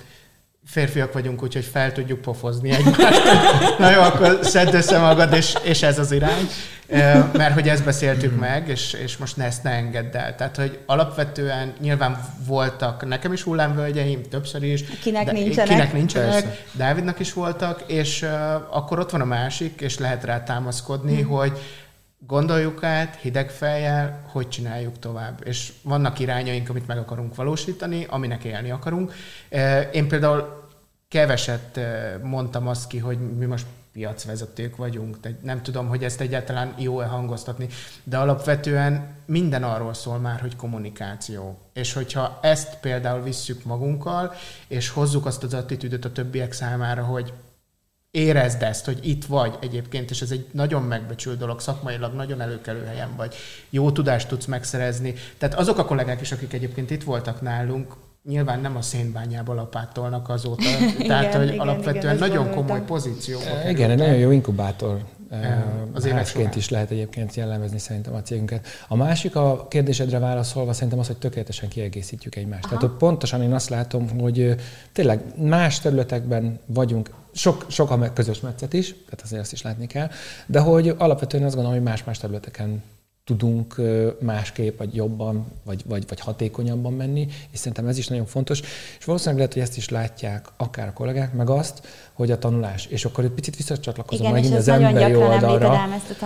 férfiak vagyunk, úgyhogy fel tudjuk pofozni egymást. Na jó, akkor szedd össze magad, és ez az irány. Mert hogy ezt beszéltük meg, és most ezt ne engedd el. Tehát, hogy alapvetően nyilván voltak nekem is hullámvölgyeim, többször is. Kinek nincsenek. Dávidnak is voltak, és akkor ott van a másik, és lehet rá támaszkodni, hogy gondoljuk át hideg fejjel, hogy csináljuk tovább. És vannak irányaink, amit meg akarunk valósítani, aminek élni akarunk. Én például keveset mondtam azt ki, hogy mi most piacvezetők vagyunk. Tehát nem tudom, hogy ezt egyáltalán jó-e hangoztatni, de alapvetően minden arról szól már, hogy kommunikáció. És hogyha ezt például visszük magunkkal, és hozzuk azt az attitűdöt a többiek számára, hogy érezd ezt, hogy itt vagy egyébként, és ez egy nagyon megbecsült dolog, szakmailag nagyon előkelő helyen vagy, jó tudást tudsz megszerezni. Tehát azok a kollégák is, akik egyébként itt voltak nálunk, nyilván nem a szénbányába lapátolnak azóta, tehát hogy alapvetően nagyon komoly pozícióba. Igen, egy nagyon jó inkubátor házként is lehet egyébként jellemezni szerintem a cégünket. A másik, a kérdésedre válaszolva szerintem az, hogy tökéletesen kiegészítjük egymást. Aha. Tehát pontosan én azt látom, hogy tényleg más területekben vagyunk, sok a közös metszet is, tehát azért ezt is látni kell, de hogy alapvetően azt gondolom, hogy más területeken tudunk másképp, vagy jobban, vagy hatékonyabban menni, és szerintem ez is nagyon fontos. És valószínűleg lehet, hogy ezt is látják akár a kollégák, meg azt, hogy a tanulás. És akkor egy picit visszacsatlakozom megint az emberi oldalra,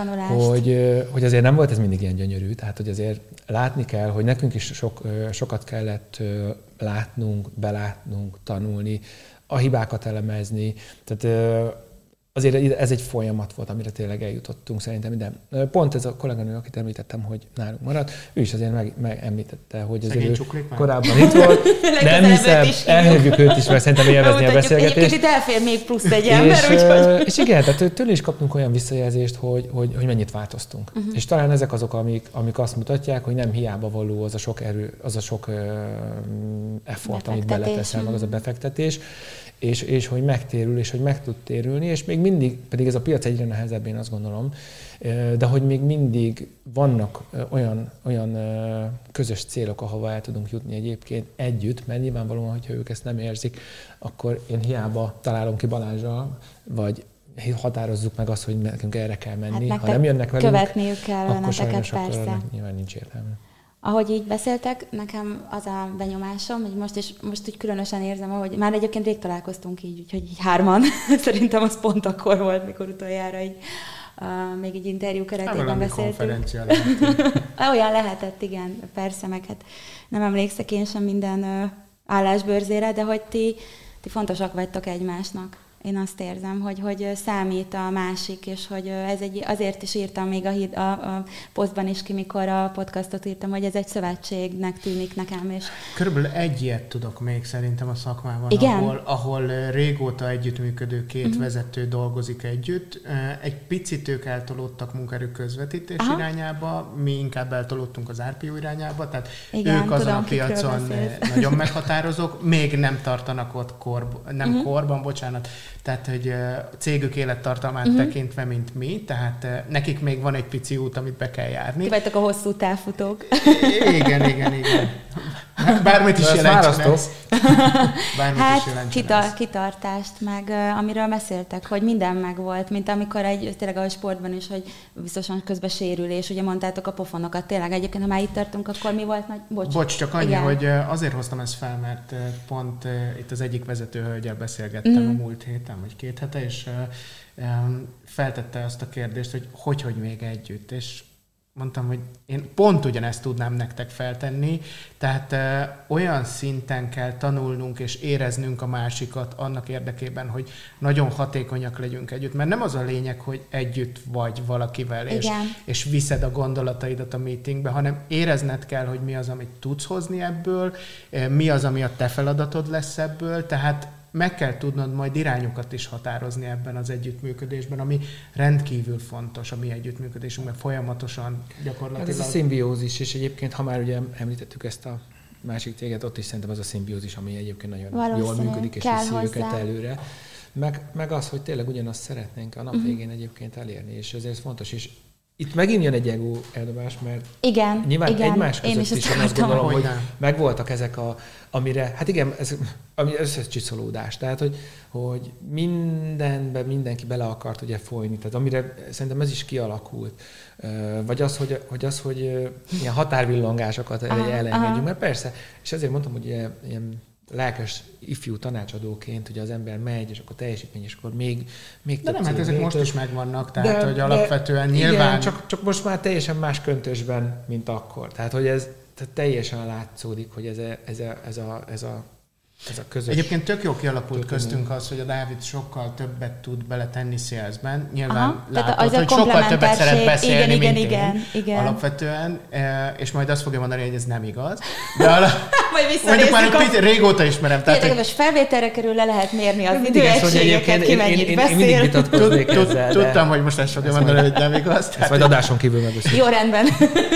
hogy azért nem volt ez mindig ilyen gyönyörű. Tehát, hogy azért látni kell, hogy nekünk is sokat kellett belátnunk, tanulni, a hibákat elemezni. Tehát azért ez egy folyamat volt, amire tényleg eljutottunk szerintem ide. Pont ez a kolléganő, akit említettem, hogy nálunk maradt, ő is azért megemlítette, hogy azért korábban itt volt. Nem hiszem, elhívjuk őt is, mert szerintem élvezni a beszélgetést. Egyébként itt elfér még plusz egy ember, úgyhogy... És igen, tehát tőle is kaptunk olyan visszajelzést, hogy mennyit változtunk. És talán ezek azok, amik azt mutatják, hogy nem hiába való az a sok erő, az a sok effort, amit beleteszel, meg az a befektetés, és hogy megtérül, és hogy meg tud térülni, és még mindig, pedig ez a piac egyre nehezebb, én azt gondolom, de hogy még mindig vannak olyan közös célok, ahova el tudunk jutni egyébként együtt, mert nyilvánvalóan, hogyha ők ezt nem érzik, akkor én hiába találom ki Balázsral, vagy határozzuk meg azt, hogy nekünk erre kell menni. Hát ha nem jönnek velünk, követniük kell akkor sajnos persze. Akkor nyilván nincs értelme. Ahogy így beszéltek, nekem az a benyomásom, hogy most úgy különösen érzem, hogy már egyébként rég találkoztunk így, úgyhogy így hárman. Szerintem az pont akkor volt, mikor utoljára így még egy interjú keretében beszéltünk. Konferencia lehetett. Olyan lehetett, igen, persze, meg hát nem emlékszek én sem minden állásbőrzére, de hogy ti fontosak vagytok egymásnak. Én azt érzem, hogy számít a másik, és hogy ez azért is írtam még a posztban is ki, mikor a podcastot írtam, hogy ez egy szövetségnek tűnik nekem. És... Körülbelül egy ilyet tudok még szerintem a szakmában, ahol régóta együttműködő két vezető dolgozik együtt. Egy picit ők eltolódtak munkaerő közvetítés irányába, mi inkább eltolódtunk az RPO irányába, tehát ők azon a piacon nagyon meghatározók, még nem tartanak ott korban, bocsánat, tehát, hogy a cégük élettartalmát tekintve, mint mi, tehát nekik még van egy pici út, amit be kell járni. Ti vagytok a hosszú távfutók. Igen. Bármit is jelentsen ez. Kitartást, meg amiről beszéltek, hogy minden megvolt, mint amikor tényleg a sportban is, hogy biztosan közben sérülés, ugye mondtátok a pofonokat, tényleg egyébként, ha már itt tartunk, akkor mi volt nagy... Bocs, csak annyi, hogy azért hoztam ezt fel, mert pont itt az egyik vezető hölgyel beszélgettem a múlt héten, vagy 2 hete, és feltette azt a kérdést, hogy még együtt, és mondtam, hogy én pont ugyanezt tudnám nektek feltenni, tehát olyan szinten kell tanulnunk és éreznünk a másikat annak érdekében, hogy nagyon hatékonyak legyünk együtt, mert nem az a lényeg, hogy együtt vagy valakivel, és viszed a gondolataidat a meetingbe, hanem érezned kell, hogy mi az, amit tudsz hozni ebből, mi az, ami a te feladatod lesz ebből, tehát meg kell tudnod majd irányokat is határozni ebben az együttműködésben, ami rendkívül fontos a mi együttműködésünkben, folyamatosan gyakorlatilag. Hát ez a szimbiózis, és egyébként, ha már ugye említettük ezt a másik céget, ott is szerintem az a szimbiózis, ami egyébként nagyon jól működik, és viszi őket előre. Meg az, hogy tényleg ugyanazt szeretnénk a nap végén egyébként elérni, és ezért fontos is. Itt megint jön egy ego eldobás, mert nyilván egymás között is azt gondolom, hogy megvoltak ezek amire, hát igen, ami összecsiszolódás. Tehát, hogy mindenben mindenki bele akart ugye folyni. Tehát amire szerintem ez is kialakult. Vagy az, hogy ilyen határvillongásokat elengedjünk. Mert persze, és ezért mondtam, hogy ilyen lelkes ifjú tanácsadóként, hogy az ember megy, és akkor teljesítmény, és akkor még de nem, hát ezek most is megvannak, tehát hogy alapvetően nyilván... Igen, csak most már teljesen más köntösben, mint akkor. Tehát, hogy ez teljesen látszódik, hogy ez a közös... Egyébként tök jó kialakult köztünk az, hogy a Dávid sokkal többet tud beletenni salesben. Nyilván látod, hogy sokkal többet szeret beszélni, mint én. Alapvetően, és majd azt fogja mondani, hogy ez nem igaz. De mondjuk már egy picit régóta ismerem. Tehát, most felvételre kerül, le lehet mérni az időegységeket, ki mennyit beszél. Én mindig vitatkoznék ezzel. Tudtam, hogy most ezt fogja mondani, hogy nem igaz. Ezt majd adáson kívül megbeszéljük. Jó, rendben.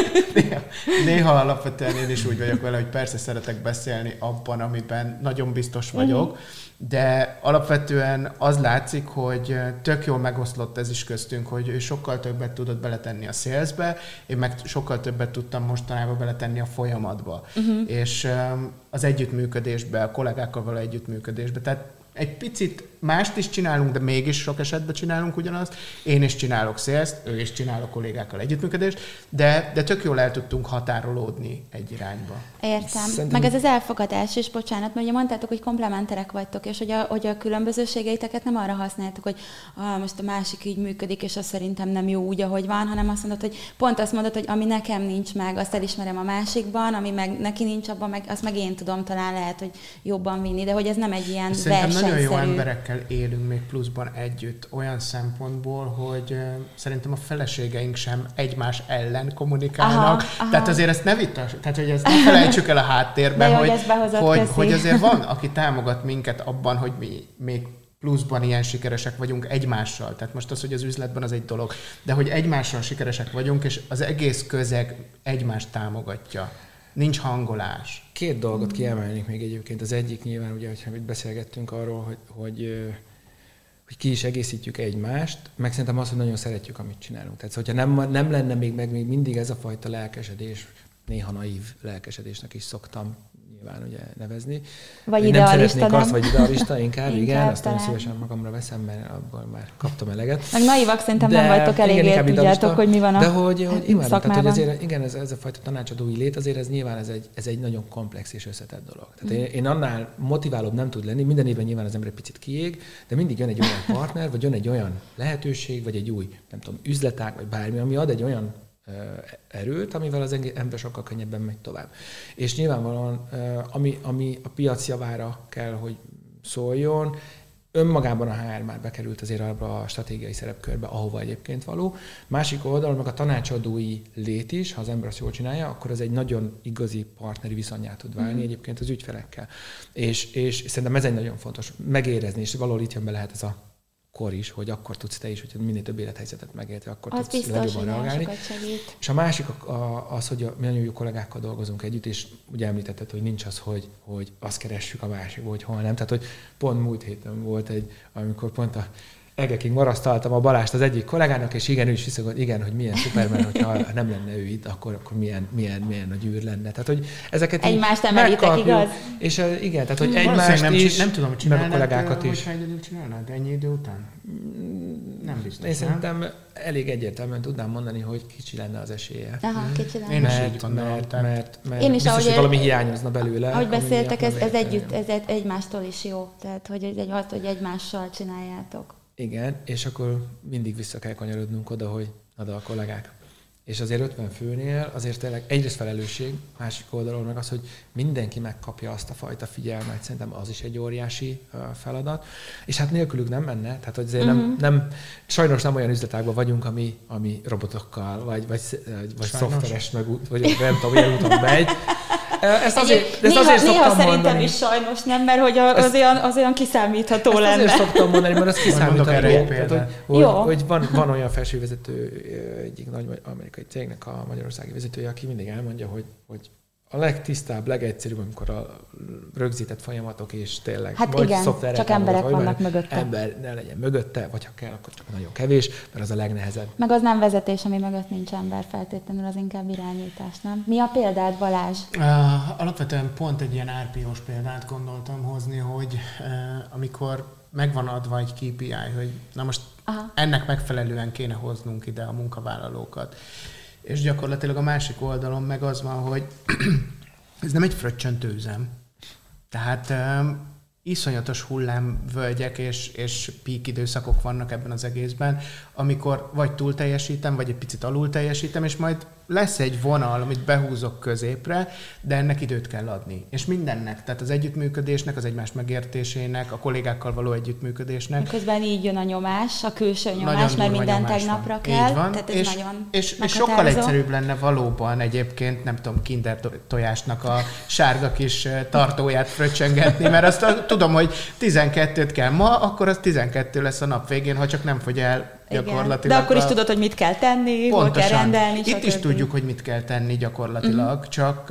Néha alapvetően én is úgy vagyok vele, hogy persze szeretek beszélni abban, amiben nagyon biztos vagyok, de alapvetően az látszik, hogy tök jól megoszlott ez is köztünk, hogy ő sokkal többet tudott beletenni a salesbe, én meg sokkal többet tudtam mostanában beletenni a folyamatba. És az együttműködésbe, a kollégákkal való együttműködésbe. Tehát egy picit mást is csinálunk, de mégis sok esetben csinálunk ugyanazt. Én is csinálok sales-t, ő is csinál a kollégákkal együttműködést, de tök jól el tudtunk határolódni egy irányba. Értem. Szerintem... Meg ez az elfogadás is, bocsánat, mert ugye mondtátok, hogy komplementerek vagytok, és hogy a különbözőségeiteket nem arra használtuk, hogy most a másik így működik, és az szerintem nem jó úgy, ahogy van, hanem azt mondod, hogy pont azt mondod, hogy ami nekem nincs meg, azt elismerem a másikban, ami meg neki nincs abban, meg azt meg én tudom talán lehet, hogy jobban vinni, de hogy ez nem egy ilyen versenyszerű. Nagyon jó emberekkel élünk még pluszban együtt olyan szempontból, hogy szerintem a feleségeink sem egymás ellen kommunikálnak. Tehát azért ezt ne vitassuk, tehát hogy ezt ne felejtsük el a háttérben, hogy azért van, aki támogat minket abban, hogy mi még pluszban ilyen sikeresek vagyunk egymással. Tehát most az, hogy az üzletben az egy dolog, de hogy egymással sikeresek vagyunk, és az egész közeg egymást támogatja. Nincs hangolás. Két dolgot kiemelnék még egyébként. Az egyik nyilván, ugye, hogyha itt beszélgettünk arról, hogy ki is egészítjük egymást, meg szerintem az, hogy nagyon szeretjük, amit csinálunk. Tehát, hogyha nem lenne még mindig ez a fajta lelkesedés, néha naív lelkesedésnek is szoktam nyilván ugye nevezni. Vagy idealista, nem? Azt, vagy idealista inkább, igen, azt nagyon szívesen magamra veszem, mert abból már kaptam eleget. Meg naívak szerintem nem vagytok eléggé, tudjátok, hogy mi van a szakmában. Tehát, hogy azért, igen, ez a fajta tanácsadói lét, azért ez nyilván ez egy nagyon komplex és összetett dolog. Tehát én annál motiválóbb nem tud lenni, minden évben nyilván az ember egy picit kiég, de mindig jön egy olyan partner, vagy jön egy olyan lehetőség, vagy egy új, nem tudom, üzletág, vagy bármi, ami ad egy olyan erőt, amivel az ember sokkal könnyebben megy tovább. És nyilvánvalóan, ami a piac javára kell, hogy szóljon, önmagában a HR már bekerült azért abba a stratégiai szerepkörbe, ahova egyébként való. Másik oldalon meg a tanácsadói lét is, ha az ember azt jól csinálja, akkor az egy nagyon igazi partneri viszonyá tud válni egyébként az ügyfelekkel. És szerintem ez egy nagyon fontos megérezni, és valahol itt jön be lehet ez a kor is, hogy akkor tudsz te is, hogy minél több élethelyzetet megértve, akkor az tudsz legjobban reagálni. És a másik az, hogy nagyon jó kollégákkal dolgozunk együtt, és ugye említetted, hogy nincs az, hogy azt keressük a másikból, hogy hol nem. Tehát, hogy pont múlt héten volt amikor pont a Egeking marasztaltam a Balást az egyik kollégának, és igen, ő is visszagott, igen, hogy milyen szupermen, hogyha nem lenne ő itt, akkor milyen nagy űr lenne. Tehát, hogy ezeket egymást emelitek, igaz? És igen, tehát, hogy egymást is, nem tudom, hogy meg a kollégákat is. Hogyha egyedül csinálnád, ennyi idő után? Nem biztos, én szerintem elég egyértelműen tudnám mondani, hogy kicsi lenne az esélye. Aha, kicsi lenne. Én is így gondolom. Mert én is, biztos, hogy valami hiányozna belőle. Ahogy beszéltek, ez együtt, ez egymástól is jó. Tehát, hogy egymással csináljátok. Igen, és akkor mindig vissza kell kanyarodnunk oda, hogy oda a kollégák. És azért 50 főnél azért tényleg egyrészt felelősség, másik oldalon meg az, hogy mindenki megkapja azt a fajta figyelmet, szerintem az is egy óriási feladat. És hát nélkülük nem menne, tehát azért nem, sajnos nem olyan üzletágban vagyunk, ami robotokkal, vagy szoftveres, vagy nem tudom, ilyen úton megy. Ezt azért néha szerintem is sajnos nem, mert hogy az olyan kiszámítható ezt lenne. Azért szoktam mondani, mert az kiszámítható. Hogy van olyan felsővezető egyik nagy amerikai cégnek a magyarországi vezetője, aki mindig elmondja, hogy a legtisztább, legegyszerűbb, amikor a rögzített folyamatok és tényleg hát igen, csak emberek vannak mögötte. Ember ne legyen mögötte, vagy ha kell, akkor csak nagyon kevés, mert az a legnehezebb. Meg az nem vezetés, ami mögött nincs ember feltétlenül, az inkább irányítás, nem? Mi a példád, Balázs? Alapvetően pont egy ilyen RPO-s példát gondoltam hozni, hogy amikor megvan adva egy KPI, hogy na most ennek megfelelően kéne hoznunk ide a munkavállalókat. És gyakorlatilag a másik oldalon meg az van, hogy ez nem egy fröccsöntő üzem. Tehát iszonyatos hullámvölgyek és peak időszakok vannak ebben az egészben, amikor vagy túl teljesítem, vagy egy picit alul teljesítem, és majd lesz egy vonal, amit behúzok középre, de ennek időt kell adni. És mindennek, tehát az együttműködésnek, az egymás megértésének, a kollégákkal való együttműködésnek. Közben így jön a nyomás, a külső nyomás, mert minden tegnapra kell. Így van. Tehát ez nagyon és sokkal egyszerűbb lenne valóban egyébként, nem tudom, Kinder tojásnak a sárga kis tartóját fröccsengetni, mert azt tudom, hogy 12-t kell ma, akkor az 12 lesz a nap végén, ha csak nem fogy el gyakorlatilag. De akkor is tudod, hogy mit kell tenni, hol kell rendelni. Itt is tudjuk, hogy mit kell tenni gyakorlatilag, csak...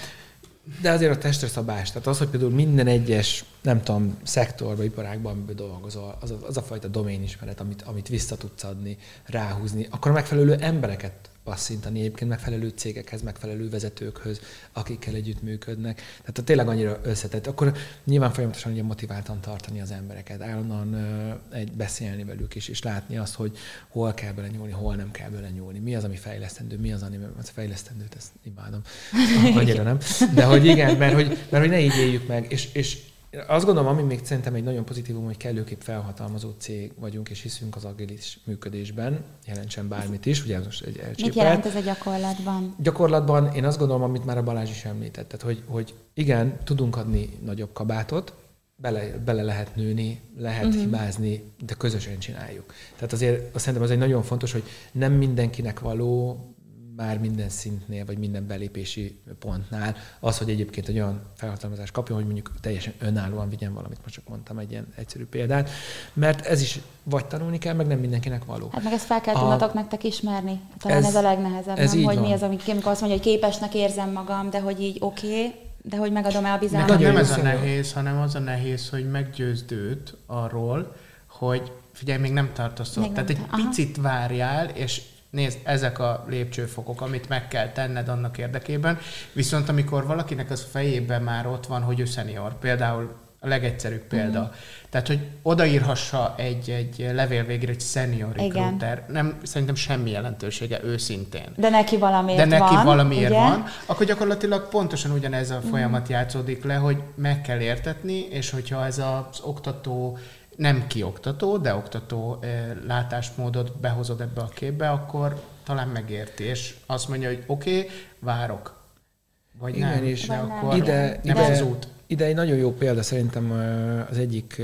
De azért a testre szabás, tehát az, hogy például minden egyes, nem tudom, szektorban, iparágban, amiben dolgozol, az a fajta doménismeret, amit vissza tudsz adni, ráhúzni, akkor a megfelelő embereket passzintani, egyébként megfelelő cégekhez, megfelelő vezetőkhöz, akikkel együttműködnek. Tehát tényleg annyira összetett. Akkor nyilván folyamatosan ugye motiváltan tartani az embereket, állandóan beszélni velük is, és látni azt, hogy hol kell belenyúlni, hol nem kell belenyúlni. Mi az, ami fejlesztendő, mi az, ami fejlesztendőt, ezt imádom. Annyira nem. De hogy igen, mert hogy ne így éljük meg. És azt gondolom, ami még szerintem egy nagyon pozitívum, hogy kellőképp felhatalmazó cég vagyunk, és hiszünk az agilis működésben, jelentsen bármit is, ugye most egy elcsépelt. Mit jelent ez a gyakorlatban? Gyakorlatban én azt gondolom, amit már a Balázs is említett, tehát, hogy igen, tudunk adni nagyobb kabátot, bele lehet nőni, lehet hibázni, de közösen csináljuk. Tehát azért szerintem az egy nagyon fontos, hogy nem mindenkinek való, már minden szintnél, vagy minden belépési pontnál az, hogy egyébként egy olyan felhatalmazást kapjon, hogy mondjuk teljesen önállóan vigyen valamit, most csak mondtam egy ilyen egyszerű példát, mert ez is vagy tanulni kell, meg nem mindenkinek való. Hát meg ezt fel kell tudnatok nektek ismerni. Talán ez a legnehezebb, nem? Hogy mi az, amikor azt mondja, hogy képesnek érzem magam, de hogy így oké, de hogy megadom-e a bizalmat. Nem ez a nehéz, hanem az a nehéz, hogy meggyőzd őt arról, hogy figyelj, még nem tartasz ott. Tehát egy picit várjál, és nézd, ezek a lépcsőfokok, amit meg kell tenned annak érdekében. Viszont amikor valakinek az fejében már ott van, hogy ő senior, például a legegyszerűbb példa. Tehát, hogy odaírhassa egy levél végére, egy senior recruiter, nem, szerintem semmi jelentősége őszintén. De neki valamiért van, akkor gyakorlatilag pontosan ugyanez a folyamat játszódik le, hogy meg kell értetni, és hogyha ez az oktató nem kioktató, de oktató látásmódot behozod ebbe a képbe, akkor talán megérti, és azt mondja, hogy oké, várok. Vagy igen, nem, és de akkor nem ez az út. Ide egy nagyon jó példa szerintem az egyik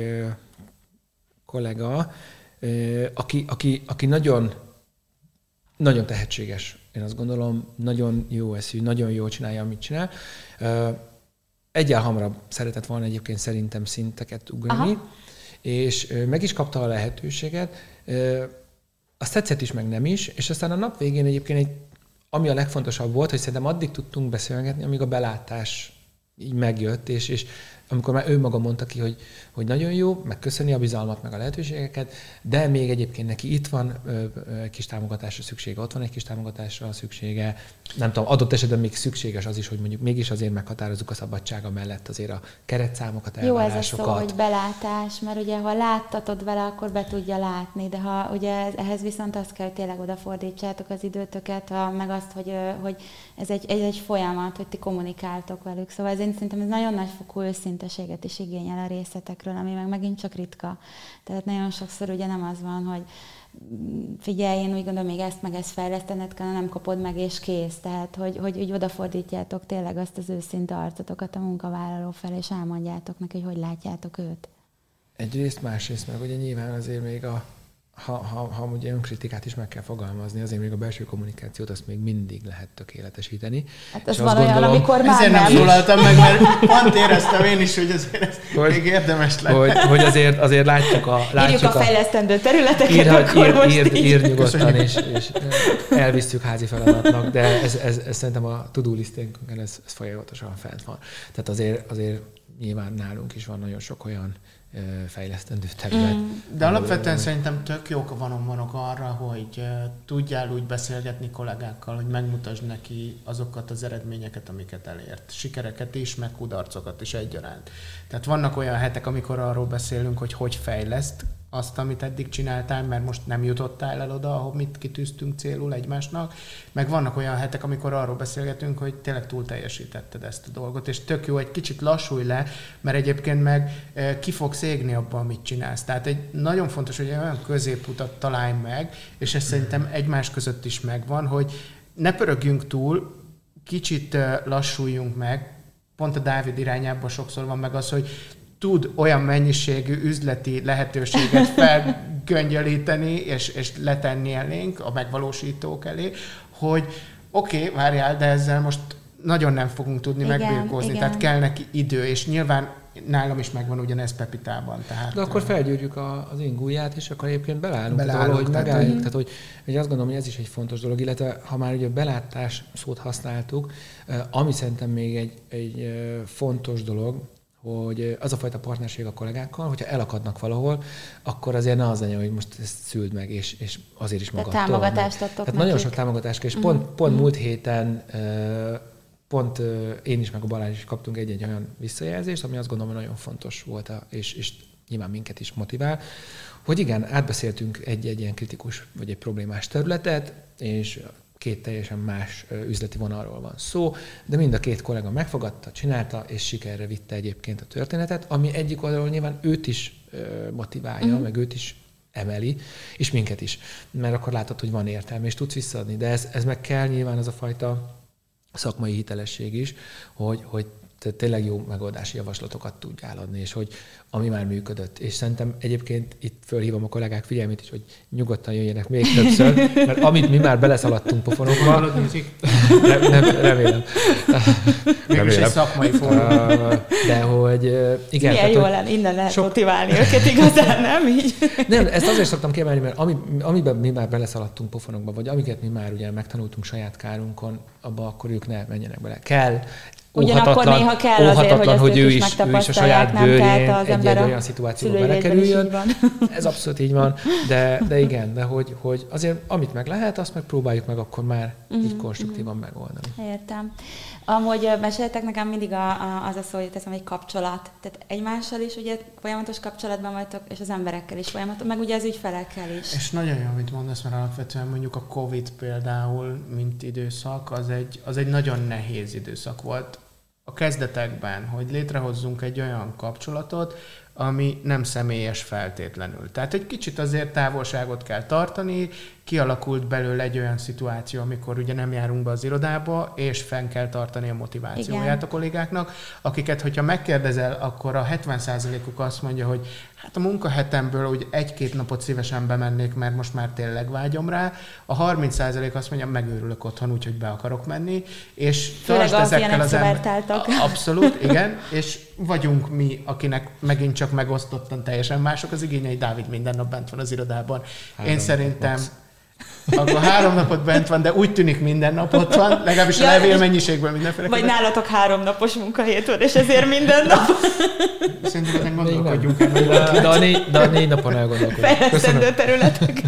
kollega, aki nagyon, nagyon tehetséges, én azt gondolom, nagyon jó eszű, nagyon jól csinálja, amit csinál. Egyel hamarabb szeretett volna egyébként szerintem szinteket ugrani, és meg is kapta a lehetőséget, azt tetszett is, meg nem is, és aztán a nap végén egyébként ami a legfontosabb volt, hogy szerintem addig tudtunk beszélgetni, amíg a belátás így megjött, és amikor már ő maga mondta ki, hogy nagyon jó, meg köszöni a bizalmat, meg a lehetőségeket, de még egyébként neki itt van egy kis támogatásra szüksége, ott van egy kis támogatásra szüksége, nem tudom, adott esetben még szükséges az is, hogy mondjuk mégis azért meghatározzuk a szabadsága mellett azért a keretszámokat, elvárásokat. Jó ez a szó, hogy belátás, mert ugye ha láttatod vele, akkor be tudja látni, de ha ugye ehhez viszont azt kell, hogy tényleg odafordítsátok az időtöket, meg azt, hogy ez egy folyamat, hogy ti kommunikáltok velük. Szóval én szerintem ez nagyon nagy fokú őszinteség őszinteséget is igényel a részletekről, ami meg megint csak ritka. Tehát nagyon sokszor ugye nem az van, hogy figyelj, én úgy gondolom, még ezt meg ezt fejlesztened kell, nem kapod meg, és kész. Tehát, hogy úgy odafordítjátok tényleg azt az őszinte arcotokat a munkavállaló felé, és elmondjátok neki, hogy látjátok őt. Egyrészt, másrészt meg ugye nyilván azért még ha ugye önkritikát is meg kell fogalmazni, azért még a belső kommunikációt azt még mindig lehet tökéletesíteni. Hát ez van olyan, amikor már ezért nem szólaltam meg, mert pont éreztem én is, hogy azért ez még érdemes lenne. Hogy azért látjuk írjuk a fejlesztendő területeket, ír nyugodtan, és elvisztjük házi feladatnak, de ez szerintem a to-do listünkön ez folyamatosan fent van. Tehát azért nyilván nálunk is van nagyon sok olyan fejlesztendő terület. De alapvetően szerintem tök jók vanok arra, hogy tudjál úgy beszélgetni kollégákkal, hogy megmutasd neki azokat az eredményeket, amiket elért. Sikereket is, meg kudarcokat is egyaránt. Tehát vannak olyan hetek, amikor arról beszélünk, hogy fejleszt azt, amit eddig csináltál, mert most nem jutottál el oda, ahol mit kitűztünk célul egymásnak. Meg vannak olyan hetek, amikor arról beszélgetünk, hogy tényleg túl teljesítetted ezt a dolgot, és tök jó, egy kicsit lassulj le, mert egyébként meg ki fogsz égni abban, amit csinálsz. Tehát egy nagyon fontos, hogy olyan középutat találj meg, és ez szerintem egymás között is megvan, hogy ne pörögjünk túl, kicsit lassuljunk meg, pont a Dávid irányában sokszor van meg az, hogy tud olyan mennyiségű üzleti lehetőséget felgöngyölíteni és letenni elénk a megvalósítók elé, hogy oké, várjál, de ezzel most nagyon nem fogunk tudni megbirkózni, tehát kell neki idő, és nyilván nálam is megvan ugyanez Pepitában. Tehát, de akkor felgyűrjük az ingúját, és akkor egyébként beleállunk hogy megálljuk. Tehát, hogy azt gondolom, hogy ez is egy fontos dolog, illetve ha már ugye belátás szót használtuk, ami szerintem még egy fontos dolog, hogy az a fajta partnerség a kollégákkal, hogyha elakadnak valahol, akkor azért ne az legyen, hogy most ezt szüld meg, és azért is magadtól. Támogatást adtok nekik. Nagyon sok támogatást, és pont múlt héten én is, meg a Balázs is kaptunk egy olyan visszajelzést, ami azt gondolom, hogy nagyon fontos volt, és nyilván minket is motivál, hogy igen, átbeszéltünk egy ilyen kritikus, vagy egy problémás területet, és két teljesen más üzleti vonalról van szó, de mind a két kollega megfogadta, csinálta, és sikerre vitte egyébként a történetet, ami egyik oldalról nyilván őt is motiválja, meg őt is emeli, és minket is. Mert akkor látod, hogy van értelme, és tudsz visszaadni. De ez meg kell nyilván az a fajta szakmai hitelesség is, hogy tényleg jó megoldási javaslatokat tudjál adni, és hogy ami már működött. És szerintem egyébként itt fölhívom a kollégák figyelmét is, hogy nyugodtan jöjjenek még többször, mert amit mi már beleszaladtunk pofonokba, remélem. Mégis egy szakmai fórum. De hogy igen. Milyen jól lenne, innen lehet motiválni őket igazán, nem így? Nem, ezt azért szoktam kiemelni, mert amiben mi már beleszaladtunk pofonokba, vagy amiket mi már ugye megtanultunk saját kárunkon, abba akkor ők ne menjenek bele. Kell. Ugyanakkor néha kell azért, hogy ő is a saját bőrén egy olyan szituációba belekerüljön. Ez abszolút így van, de igen, de hogy azért amit meg lehet, azt meg próbáljuk meg akkor már így konstruktívan megoldani. Értem. Amúgy meséltek nekem mindig az a szó, hogy teszem egy kapcsolat. Tehát egymással is ugye folyamatos kapcsolatban vagytok, és az emberekkel is folyamatos, meg ugye az ügyfelekkel is. És nagyon jó, amit mondasz, mert alapvetően mondjuk a Covid például, mint időszak, az egy nagyon nehéz időszak volt a kezdetekben, hogy létrehozzunk egy olyan kapcsolatot, ami nem személyes feltétlenül. Tehát egy kicsit azért távolságot kell tartani, kialakult belőle egy olyan szituáció, amikor ugye nem járunk be az irodába, és fenn kell tartani a motivációját a kollégáknak, akiket, hogyha megkérdezel, akkor a 70%-uk azt mondja, hogy hát a munkahetemből úgy 1-2 napot szívesen bemennék, mert most már tényleg vágyom rá. A 30% azt mondja, megőrülök otthon, úgyhogy be akarok menni. És főleg az ilyenek szobertáltak. Abszolút, igen. És vagyunk mi, akinek megint csak megosztottan teljesen mások az igényei. Dávid minden nap bent van az irodában. Én szerintem akkor 3 napot bent van, de úgy tűnik minden nap ott van, legalábbis a levél mennyiségből mindenféle. Vagy nálatok 3 napos munkahét van, és ezért minden nap. Szerintem ezen gondolkodjunk el. De a 4 napon elgondolkodunk. Fejlesztendő területek.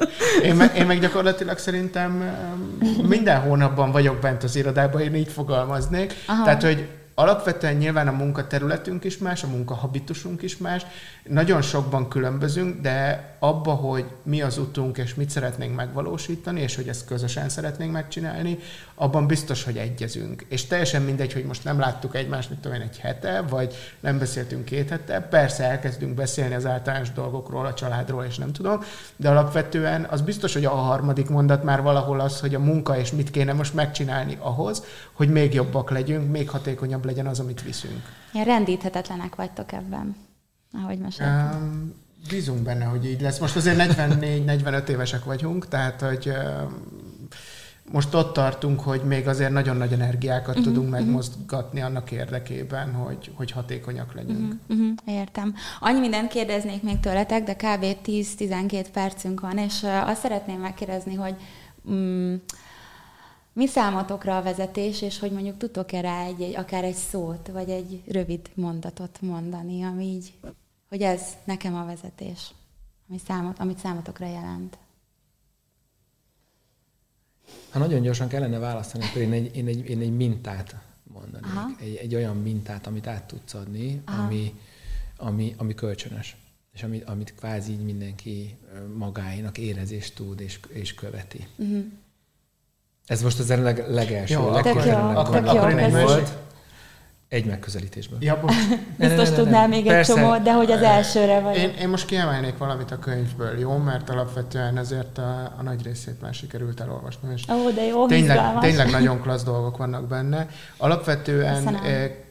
Én meg gyakorlatilag szerintem minden hónapban vagyok bent az irodában, én így fogalmaznék. Aha. Tehát, hogy alapvetően nyilván a munkaterületünk is más, a munkahabitusunk is más, nagyon sokban különbözünk, de abba, hogy mi az utunk, és mit szeretnénk megvalósítani, és hogy ezt közösen szeretnénk megcsinálni, abban biztos, hogy egyezünk. És teljesen mindegy, hogy most nem láttuk egymást, mit tudom én, egy hete, vagy nem beszéltünk 2 hete, persze elkezdünk beszélni az általános dolgokról, a családról, és nem tudom, de alapvetően az biztos, hogy a harmadik mondat már valahol az, hogy a munka és mit kéne most megcsinálni ahhoz, hogy még jobbak legyünk, még hatékonyabb legyen az, amit viszünk. Ilyen rendíthetetlenek vagytok ebben, ahogy meséltem. Bízunk benne, hogy így lesz. Most azért 44-45 évesek vagyunk, tehát hogy most ott tartunk, hogy még azért nagyon nagy energiákat tudunk megmozgatni annak érdekében, hogy hatékonyak legyünk. Értem. Annyi mindent kérdeznék még tőletek, de kb. 10-12 percünk van, és azt szeretném megkérdezni, hogy mi számotokra a vezetés, és hogy mondjuk tudtok-e rá akár egy szót, vagy egy rövid mondatot mondani, ami így, hogy ez nekem a vezetés, amit számotokra jelent. Ha nagyon gyorsan kellene választani, akkor én egy mintát mondanék. Egy olyan mintát, amit át tudsz adni, ami kölcsönös. És amit kvázi így mindenki magáénak érez és tud és követi. Ez most az legelső, legközönebb volt. Egy megközelítésből. Ja, biztos tudnál még egy csomót, de hogy az elsőre vagy. Én most kiemelnék valamit a könyvből, jó? Mert alapvetően ezért a nagy részét már sikerült elolvasnom. És de jó, tényleg nagyon klassz dolgok vannak benne. Alapvetően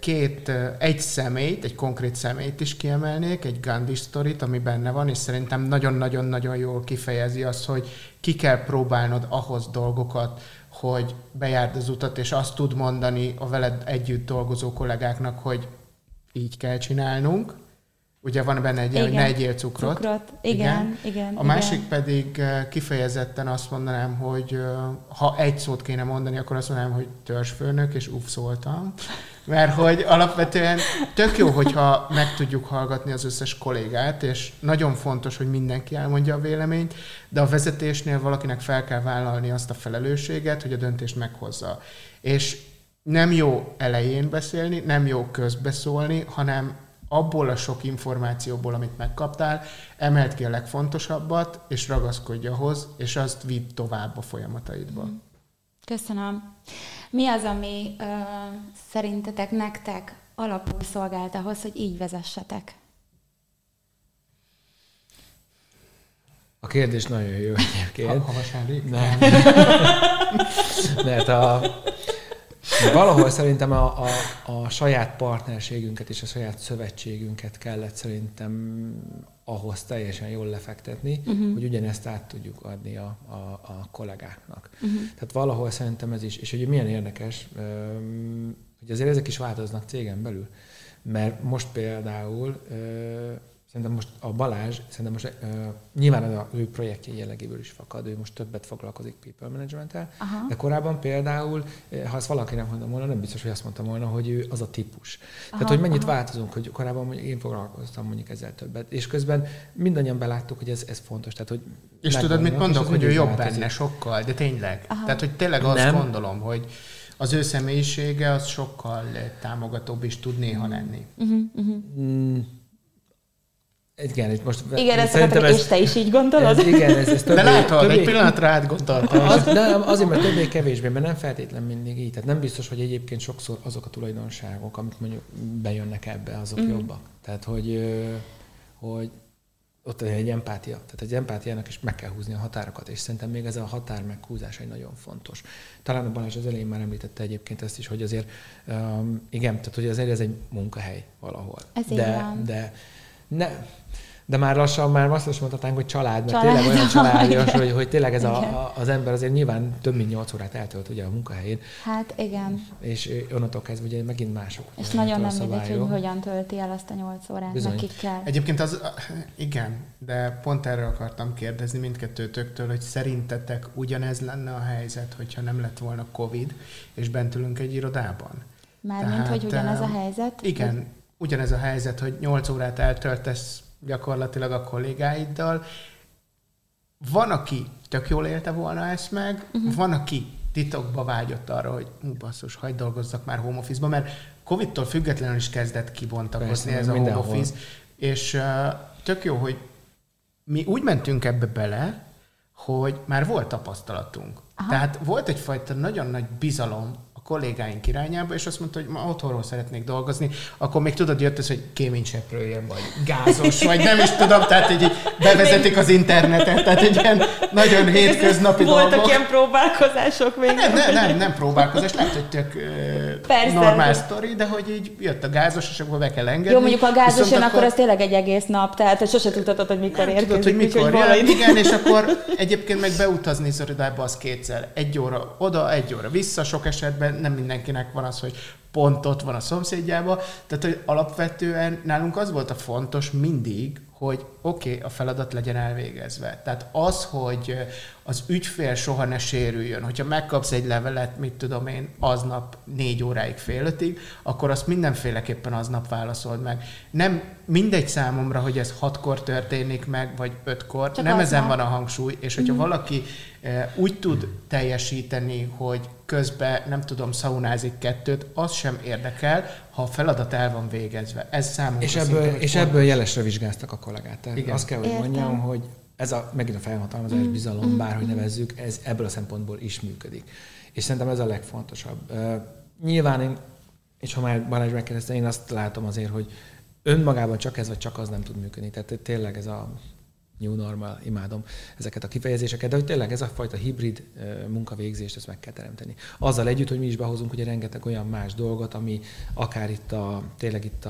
egy konkrét személyt is kiemelnék, egy Gandhi sztorit, ami benne van, és szerintem nagyon-nagyon-nagyon jól kifejezi azt, hogy ki kell próbálnod ahhoz dolgokat, hogy bejárd az utat, és azt tud mondani a veled együtt dolgozó kollégáknak, hogy így kell csinálnunk. Ugye van benne egy ilyen, hogy ne egyél cukrot. Igen. A másik pedig kifejezetten azt mondanám, hogy ha egy szót kéne mondani, akkor azt mondanám, hogy törzsfőnök, és szóltam. Mert hogy alapvetően tök jó, hogyha meg tudjuk hallgatni az összes kollégát, és nagyon fontos, hogy mindenki elmondja a véleményt, de a vezetésnél valakinek fel kell vállalni azt a felelősséget, hogy a döntést meghozza. És nem jó elején beszélni, nem jó közbeszólni, hanem abból a sok információból, amit megkaptál, emeld ki a legfontosabbat, és ragaszkodj ahhoz, és azt vidd tovább a folyamataidba. Köszönöm. Mi az, ami szerintetek nektek alapul szolgált ahhoz, hogy így vezessetek? A kérdés nagyon jó egyébként. Havasárik? Nem. Mert valahol szerintem a saját partnerségünket és a saját szövetségünket kellett szerintem ahhoz teljesen jól lefektetni, hogy ugyanezt át tudjuk adni a kollégáknak. Tehát valahol szerintem ez is, és hogy milyen érdekes, hogy azért ezek is változnak cégen belül. Mert most például szerintem most a Balázs, szerintem most nyilván az ő projektje jellegéből is fakad, ő most többet foglalkozik people management-tel, de korábban például, ha ezt valakinek mondom volna, nem biztos, hogy azt mondtam volna, hogy ő az a típus. Tehát, hogy mennyit változunk, hogy korábban mondjuk én foglalkoztam mondjuk ezzel többet, és közben mindannyian beláttuk, hogy ez fontos. Tehát, hogy és tudod, mit mondok, hogy ő jobb benne sokkal, de tényleg. Tehát, hogy tényleg azt gondolom, hogy az ő személyisége az sokkal támogatóbb is tud néha lenni. Igen, itt most... Igen, és te is így gondolod? Ez többé, de látod, egy pillanatra átgondoltam. De azért, mert többé-kevésbé, mert nem feltétlen mindig így. Tehát nem biztos, hogy egyébként sokszor azok a tulajdonságok, amik mondjuk bejönnek ebbe, azok jobbak. Tehát, hogy ott egy empátia. Tehát egy empátiának is meg kell húzni a határokat, és szerintem még ez a határ meghúzása egy nagyon fontos. Talán a Balázs az elején már említette egyébként ezt is, hogy azért, igen, tehát hogy azért ez egy munkahely valahol. De már lassan azt is mondhatnánk, hogy család, mert tényleg olyan családias, hogy tényleg ez az ember azért nyilván több mint 8 órát eltölt ugye a munkahelyén. Hát igen. És onnantól kezdve ugye megint mások. És nagyon nem mindegy, hogy hogyan tölti el azt a 8 órát, bizony. nekik kell. Egyébként igen, de pont erre akartam kérdezni mindkettőtöktől, hogy szerintetek ugyanez lenne a helyzet, hogyha nem lett volna Covid, és bent ülünk egy irodában? Mármint, hogy ugyanez a helyzet? Igen, ugyanez a helyzet, hogy 8 órát eltöltesz gyakorlatilag a kollégáiddal. Van, aki tök jól élte volna ezt meg, van, aki titokba vágyott arra, hogy basszus, hagyd dolgozzak már home office-ba, mert Covid-tól függetlenül is kezdett kibontakozni ez a mindenhol. home office, és tök jó, hogy mi úgy mentünk ebbe bele, hogy már volt tapasztalatunk. Aha. Tehát volt egyfajta nagyon nagy bizalom a kollégáink irányába, és azt mondta, hogy ma otthonról szeretnék dolgozni, akkor még tudod, jött ez, hogy kéményseprőjön, vagy gázos, vagy nem is tudom, tehát így bevezetik az internetet, tehát egy ilyen nagyon hétköznapi dolgok. Voltak ilyen próbálkozások még? Nem próbálkozás, lehet, hogy tök normál sztori, de hogy így jött a gázos, és akkor be kell engedni. Jó, mondjuk a gázos jön, akkor az tényleg egy egész nap, tehát sose tudhatod, hogy mikor érkezik. Tudod, hogy mikor jön, igen, és akkor egyébként meg beutazni irodába az kétszer. 1 óra oda, 1 óra vissza, sok esetben nem mindenkinek van az, hogy pont ott van a szomszédjába. Tehát, hogy alapvetően nálunk az volt a fontos mindig, hogy oké, a feladat legyen elvégezve. Tehát az, hogy az ügyfél soha ne sérüljön, hogyha megkapsz egy levelet, mit tudom én, aznap 4 óráig fél 5-ig, akkor azt mindenféleképpen aznap válaszold meg. Nem mindegy számomra, hogy ez 6-kor történik meg, vagy 5-kor, csak nem ezen van a hangsúly, és hogyha valaki úgy tud teljesíteni, hogy közben, nem tudom, szaunázik 2-t, az sem érdekel, ha a feladat el van végezve. Ez számunkra és ebből jelesre vizsgáztak a kollégát. Tehát azt kell, hogy mondjam, hogy ez megint a felhatalmazás, bizalom, bárhogy nevezzük, ez ebből a szempontból is működik. És szerintem ez a legfontosabb. Nyilván és ha már Balázs megkérdezte, én azt látom azért, hogy önmagában csak ez vagy csak az nem tud működni. Tehát tényleg ez a new normal, imádom ezeket a kifejezéseket, de hogy tényleg ez a fajta hibrid munkavégzést, ezt meg kell teremteni. Azzal együtt, hogy mi is behozunk ugye rengeteg olyan más dolgot, ami akár tényleg itt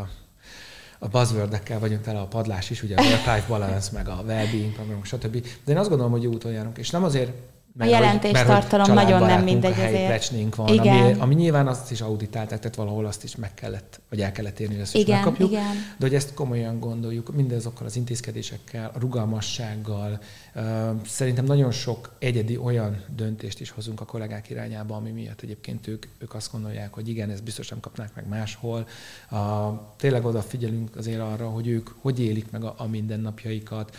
a buzzword-ekkel vagyunk tele, a padlás is, ugye a work-life balance, meg a well-being programok, stb. De én azt gondolom, hogy jó úton járunk, és nem azért, a jelentéstartalom nagyon nem mindegy azért. Van, ami nyilván azt is auditálták, tehát valahol azt is meg kellett, vagy el kellett érni, hogy ezt is megkapjuk. Igen. De hogy ezt komolyan gondoljuk, mindazokkal az intézkedésekkel, a rugalmassággal, szerintem nagyon sok egyedi olyan döntést is hozunk a kollégák irányába, ami miatt egyébként ők azt gondolják, hogy igen, ezt biztos nem kapnák meg máshol. Tényleg odafigyelünk azért arra, hogy ők hogy élik meg a mindennapjaikat.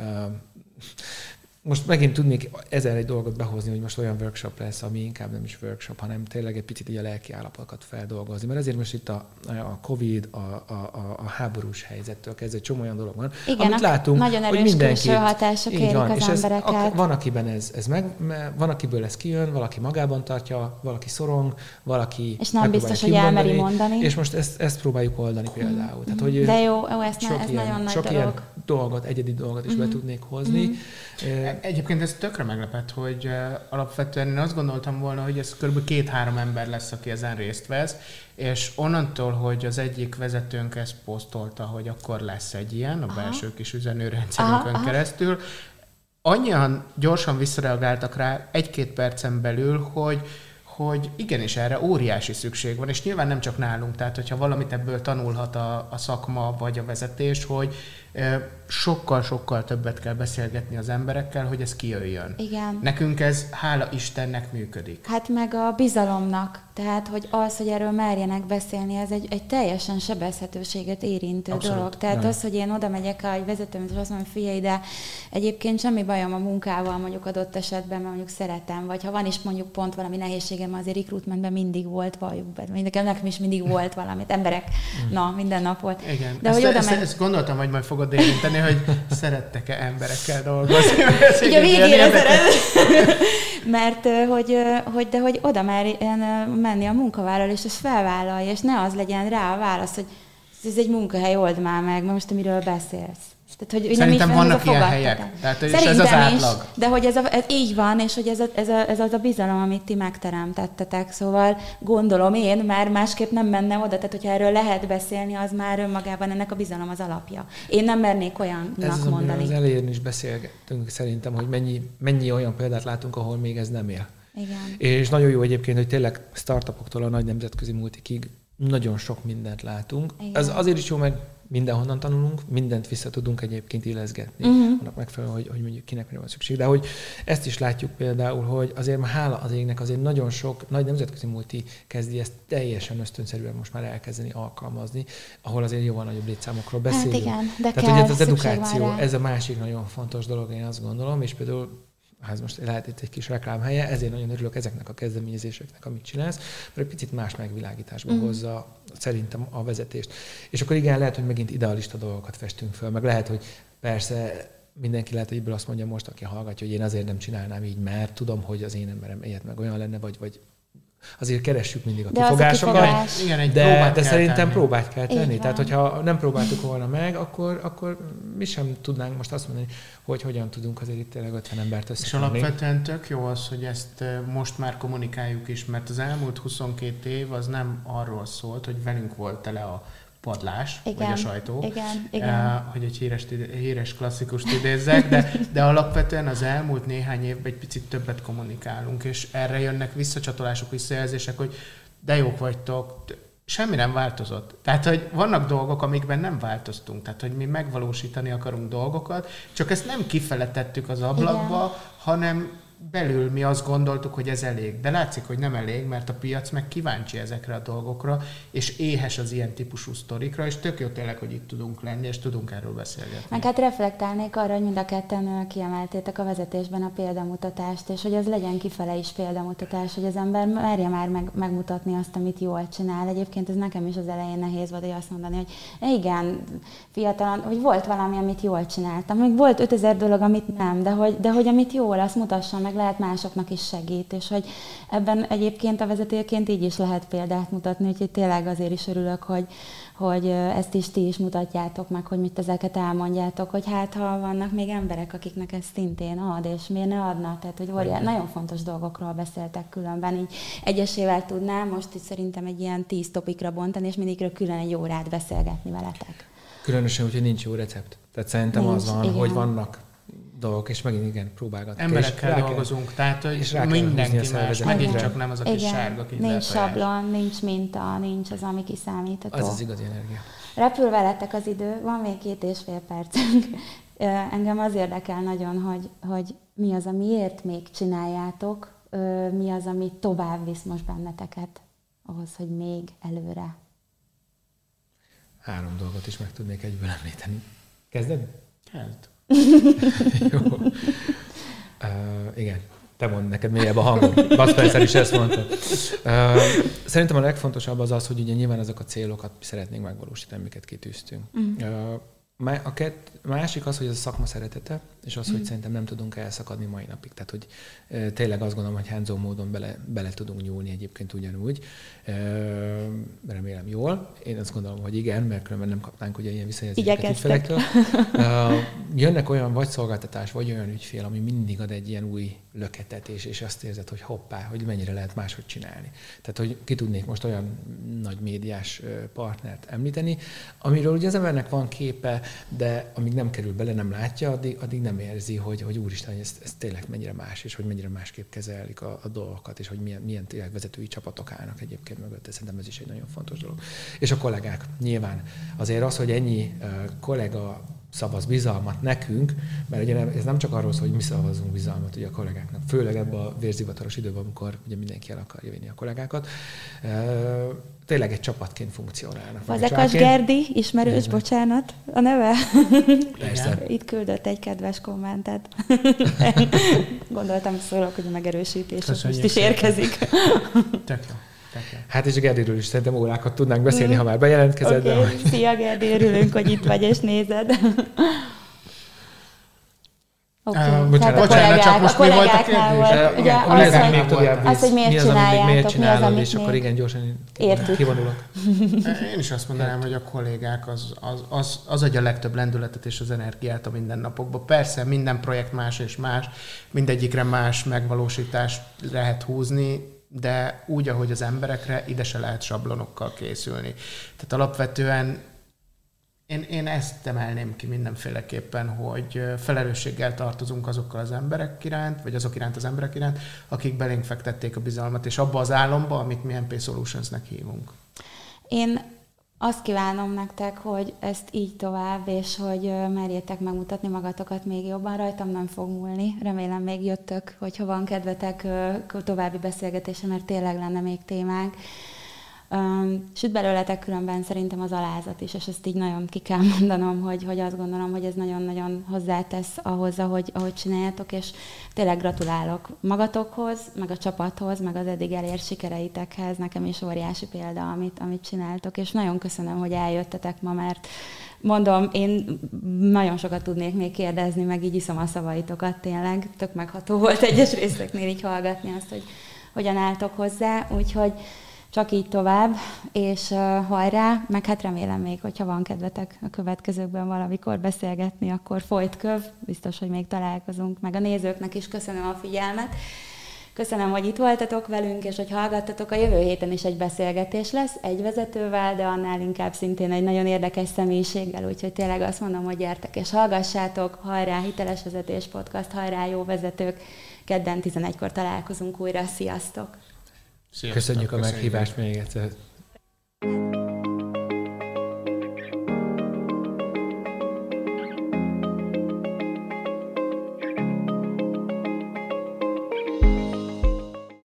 Most megint tudnék 1001 dolgot behozni, hogy most olyan workshop lesz, ami inkább nem is workshop, hanem tényleg egy picit így a lelki állapotokat feldolgozni. Mert ezért most itt a Covid, a háborús helyzettől kezdve egy csomó olyan dolog van, igen, amit látunk, nagyon erős hogy mindenki külső hatások érik az embereket. Van, akiben ez van, akiből ez kijön, valaki magában tartja, valaki szorong, valaki és nem biztos, hogy elmeri mondani. És most ezt próbáljuk oldani például. Tehát, hogy de jó, ez nagyon nagy sok ilyen dolgot, egyedi dolgot is be tudnék hozni. Egyébként ez tökre meglepett, hogy alapvetően én azt gondoltam volna, hogy ez kb. 2-3 ember lesz, aki ezen részt vesz, és onnantól, hogy az egyik vezetőnk ezt posztolta, hogy akkor lesz egy ilyen, a belső kis üzenőrendszerünkön keresztül, annyian gyorsan visszareagáltak rá 1-2 percen belül, hogy igenis erre óriási szükség van, és nyilván nem csak nálunk, tehát hogyha valamit ebből tanulhat a szakma vagy a vezetés, hogy sokkal-sokkal többet kell beszélgetni az emberekkel, hogy ez kijöjjön. Igen. Nekünk ez, hála Istennek, működik. Hát meg a bizalomnak, tehát hogy az, hogy erről merjenek beszélni, ez egy teljesen sebezhetőséget érintő dolog. Tehát az, hogy én oda megyek a vezetőmhez, és azt mondom, hogy figyelj, de egyébként semmi bajom a munkával mondjuk adott esetben, mert mondjuk szeretem, vagy ha van is mondjuk pont valami nehézségem, azért recruitmentben mindig volt, valljuk be, nekem is mindig volt valamit, emberek, minden nap volt. Igen. De ezt gondoltam, hogy majd fogod érinteni, hogy szerettek-e emberekkel dolgozni. Így a végére szeret. Mert hogy oda már menni a munkavállalás, és felvállalja, és ne az legyen rá a válasz, hogy ez egy munkahely, old már meg, mert most te miről beszélsz. Tehát, hogy szerintem vannak ilyen helyek. Tehát, és ez az átlag. Is, de hogy ez így van, és hogy ez az a bizalom, amit ti megteremtettetek. Szóval gondolom én, már másképp nem menne oda. Tehát, hogyha erről lehet beszélni, az már önmagában ennek a bizalom az alapja. Én nem mernék olyannak mondani. Ez az elején is beszélgettünk szerintem, hogy mennyi olyan példát látunk, ahol még ez nem él. Igen. És nagyon jó egyébként, hogy tényleg startupoktól a nagy nemzetközi multikig nagyon sok mindent látunk. Igen. Ez azért is jó, meg mindenhonnan tanulunk, mindent vissza tudunk egyébként illeszgetni, annak megfelelően, hogy mondjuk kinek mire van szükség. De hogy ezt is látjuk például, hogy azért már hála az égnek azért nagyon sok nagy nemzetközi multi kezdi ezt teljesen ösztönszerűen most már elkezdeni alkalmazni, ahol azért jóval nagyobb létszámokról beszélünk. Hát igen, de tehát ugye az edukáció, ez a másik nagyon fontos dolog, én azt gondolom, és például ez most lehet itt egy kis reklámhelye, ezért nagyon örülök ezeknek a kezdeményezéseknek, amit csinálsz, mert egy picit más megvilágításba hozza szerintem a vezetést. És akkor igen, lehet, hogy megint idealista dolgokat festünk föl, meg lehet, hogy persze mindenki lehet, hogy ebből azt mondja most, aki hallgatja, hogy én azért nem csinálnám így, mert tudom, hogy az én emberem ilyet meg olyan lenne, vagy azért keressük mindig a kifogásokat, de szerintem próbát kell tenni. Tehát, hogyha nem próbáltuk volna meg, akkor mi sem tudnánk most azt mondani, hogy hogyan tudunk azért itt tényleg 50 embert összefogni. És alapvetően tök jó az, hogy ezt most már kommunikáljuk is, mert az elmúlt 22 év az nem arról szólt, hogy velünk volt tele a padlás, igen, vagy a sajtó, igen. Hogy egy híres klasszikust idézzek, de alapvetően az elmúlt néhány évben egy picit többet kommunikálunk, és erre jönnek visszacsatolások, visszajelzések, hogy de jók vagytok, semmi nem változott. Tehát, hogy vannak dolgok, amikben nem változtunk, tehát, hogy mi megvalósítani akarunk dolgokat, csak ezt nem kifele tettük az ablakba, igen, hanem belül mi azt gondoltuk, hogy ez elég. De látszik, hogy nem elég, mert a piac meg kíváncsi ezekre a dolgokra, és éhes az ilyen típusú sztorikra, és tök jó tényleg, hogy itt tudunk lenni, és tudunk erről beszélgetni. Meg hát reflektálnék arra, hogy mind a ketten kiemeltétek a vezetésben a példamutatást, és hogy az legyen kifele is példamutatás, hogy az ember merje már megmutatni azt, amit jól csinál. Egyébként ez nekem is az elején nehéz volt, hogy azt mondani, hogy igen, fiatalan, hogy volt valami, amit jól csináltam. Még volt 5000 dolog, amit nem, de hogy amit jól, azt mutassam meg, lehet másoknak is segít, és hogy ebben egyébként a vezetőként így is lehet példát mutatni, úgyhogy tényleg azért is örülök, hogy ezt is ti is mutatjátok meg, hogy mit ezeket elmondjátok, hogy hát ha vannak még emberek, akiknek ez szintén ad, és miért ne adna, tehát hogy nagyon fontos dolgokról beszéltek különben, így egyesével tudnám most itt szerintem egy ilyen 10 topikra bontani, és mindikről külön egy órát beszélgetni veletek. Különösen úgy, hogy nincs jó recept. Tehát szerintem az van, igen, hogy vannak dolgok, és megint igen, próbálgatni. Emberekkel dolgozunk, tehát hogy mindenki más, megint csak nem az a kis sárga kis nincs sablon, nincs minta, nincs az, ami kiszámítható. Az az igazi energia. Repül veletek az idő, van még 2,5 percünk. Engem az érdekel nagyon, hogy mi az, amiért még csináljátok, mi az, ami tovább visz most benneteket ahhoz, hogy még előre. 3 dolgot is meg tudnék egyből említeni. Kezded? Kezd. Jó. Igen, te mondd, neked mélyebb a hangod. Bud Spencer is ezt mondta. Szerintem a legfontosabb az, hogy ugye nyilván ezek a célokat szeretnénk megvalósítani, amiket kitűztünk. A másik az, hogy ez a szakma szeretete, és az, hogy szerintem nem tudunk elszakadni mai napig. Tehát, hogy tényleg azt gondolom, hogy hands-on módon bele tudunk nyúlni egyébként ugyanúgy. Remélem jól. Én azt gondolom, hogy igen, mert különben nem kapnánk ugye ilyen visszajelzéseket ügyfelektől. Jönnek olyan vagy szolgáltatás, vagy olyan ügyfél, ami mindig ad egy ilyen új löketet, és azt érzed, hogy hoppá, hogy mennyire lehet máshogy csinálni. Tehát, hogy ki tudnék most olyan nagy médiás partnert említeni, amiről ugye az embernek van képe, de amíg nem kerül bele, nem látja, addig nem érzi, hogy úristen, ez tényleg mennyire más, és hogy mennyire másképp kezelik a dolgokat, és hogy milyen tényleg vezetői csapatok állnak egyébként mögött. Szerintem ez is egy nagyon fontos dolog. És a kollégák, nyilván azért az, hogy ennyi kollega szavaz bizalmat nekünk, mert ugye ez nem csak arról szól, hogy mi szavazunk bizalmat ugye a kollégáknak, főleg ebben a vérzivataros időben, amikor ugye mindenki el akarja vinni a kollégákat. Tényleg egy csapatként funkcionálnak. Fazekas Gerdi, ismerős, bocsánat, a neve? Persze. Itt küldött egy kedves kommentet. Gondoltam, szólok, hogy a megerősítés most is érkezik. Tök jó. Hát és a Gerdiről is szerintem órákat tudnánk beszélni, ha már bejelentkezed. Okay. Szia Gerdi, örülünk, hogy itt vagy és nézed. Bocsánat, csak most mi volt a kérdés? Ugye az, hogy miért csináljátok, mi az, amit és akkor igen, gyorsan kivonulok. Én is azt mondanám, hogy a kollégák az adja a legtöbb lendületet és az energiát a mindennapokban. Persze minden projekt más és más, mindegyikre más megvalósítást lehet húzni, de úgy, ahogy az emberekre, ide se lehet sablonokkal készülni. Tehát alapvetően én ezt emelném ki mindenféleképpen, hogy felelősséggel tartozunk azokkal az emberek iránt, vagy azok iránt az emberek iránt, akik belénk fektették a bizalmat, és abba az álomba, amit mi MP Solutionsnek hívunk. Én azt kívánom nektek, hogy ezt így tovább, és hogy merjétek megmutatni magatokat még jobban. Rajtam nem fog múlni. Remélem még jöttök, hogyha van kedvetek további beszélgetésre, mert tényleg lenne még témánk. Süt belőletek különben szerintem az alázat is, és ezt így nagyon ki kell mondanom, hogy azt gondolom, hogy ez nagyon-nagyon hozzátesz ahhoz, ahogy csináljátok, és tényleg gratulálok magatokhoz, meg a csapathoz, meg az eddig elért sikereitekhez. Nekem is óriási példa, amit csináltok, és nagyon köszönöm, hogy eljöttetek ma, mert mondom, én nagyon sokat tudnék még kérdezni, meg így iszom a szavaitokat tényleg. Tök megható volt egyes részeknél így hallgatni azt, hogy hogyan álltok hozzá, úgyhogy csak így tovább, és hajrá, meg hát remélem még, hogyha van kedvetek a következőkben valamikor beszélgetni, akkor folyt köv, biztos, hogy még találkozunk, meg a nézőknek is köszönöm a figyelmet. Köszönöm, hogy itt voltatok velünk, és hogy hallgattatok. A jövő héten is egy beszélgetés lesz, egy vezetővel, de annál inkább szintén egy nagyon érdekes személyiséggel, úgyhogy tényleg azt mondom, hogy gyertek és hallgassátok. Hajrá, Hiteles Vezetés Podcast, hajrá, jó vezetők. Kedden 11-kor találkozunk újra. Sziasztok! Köszönjük a meghívást még egyszer.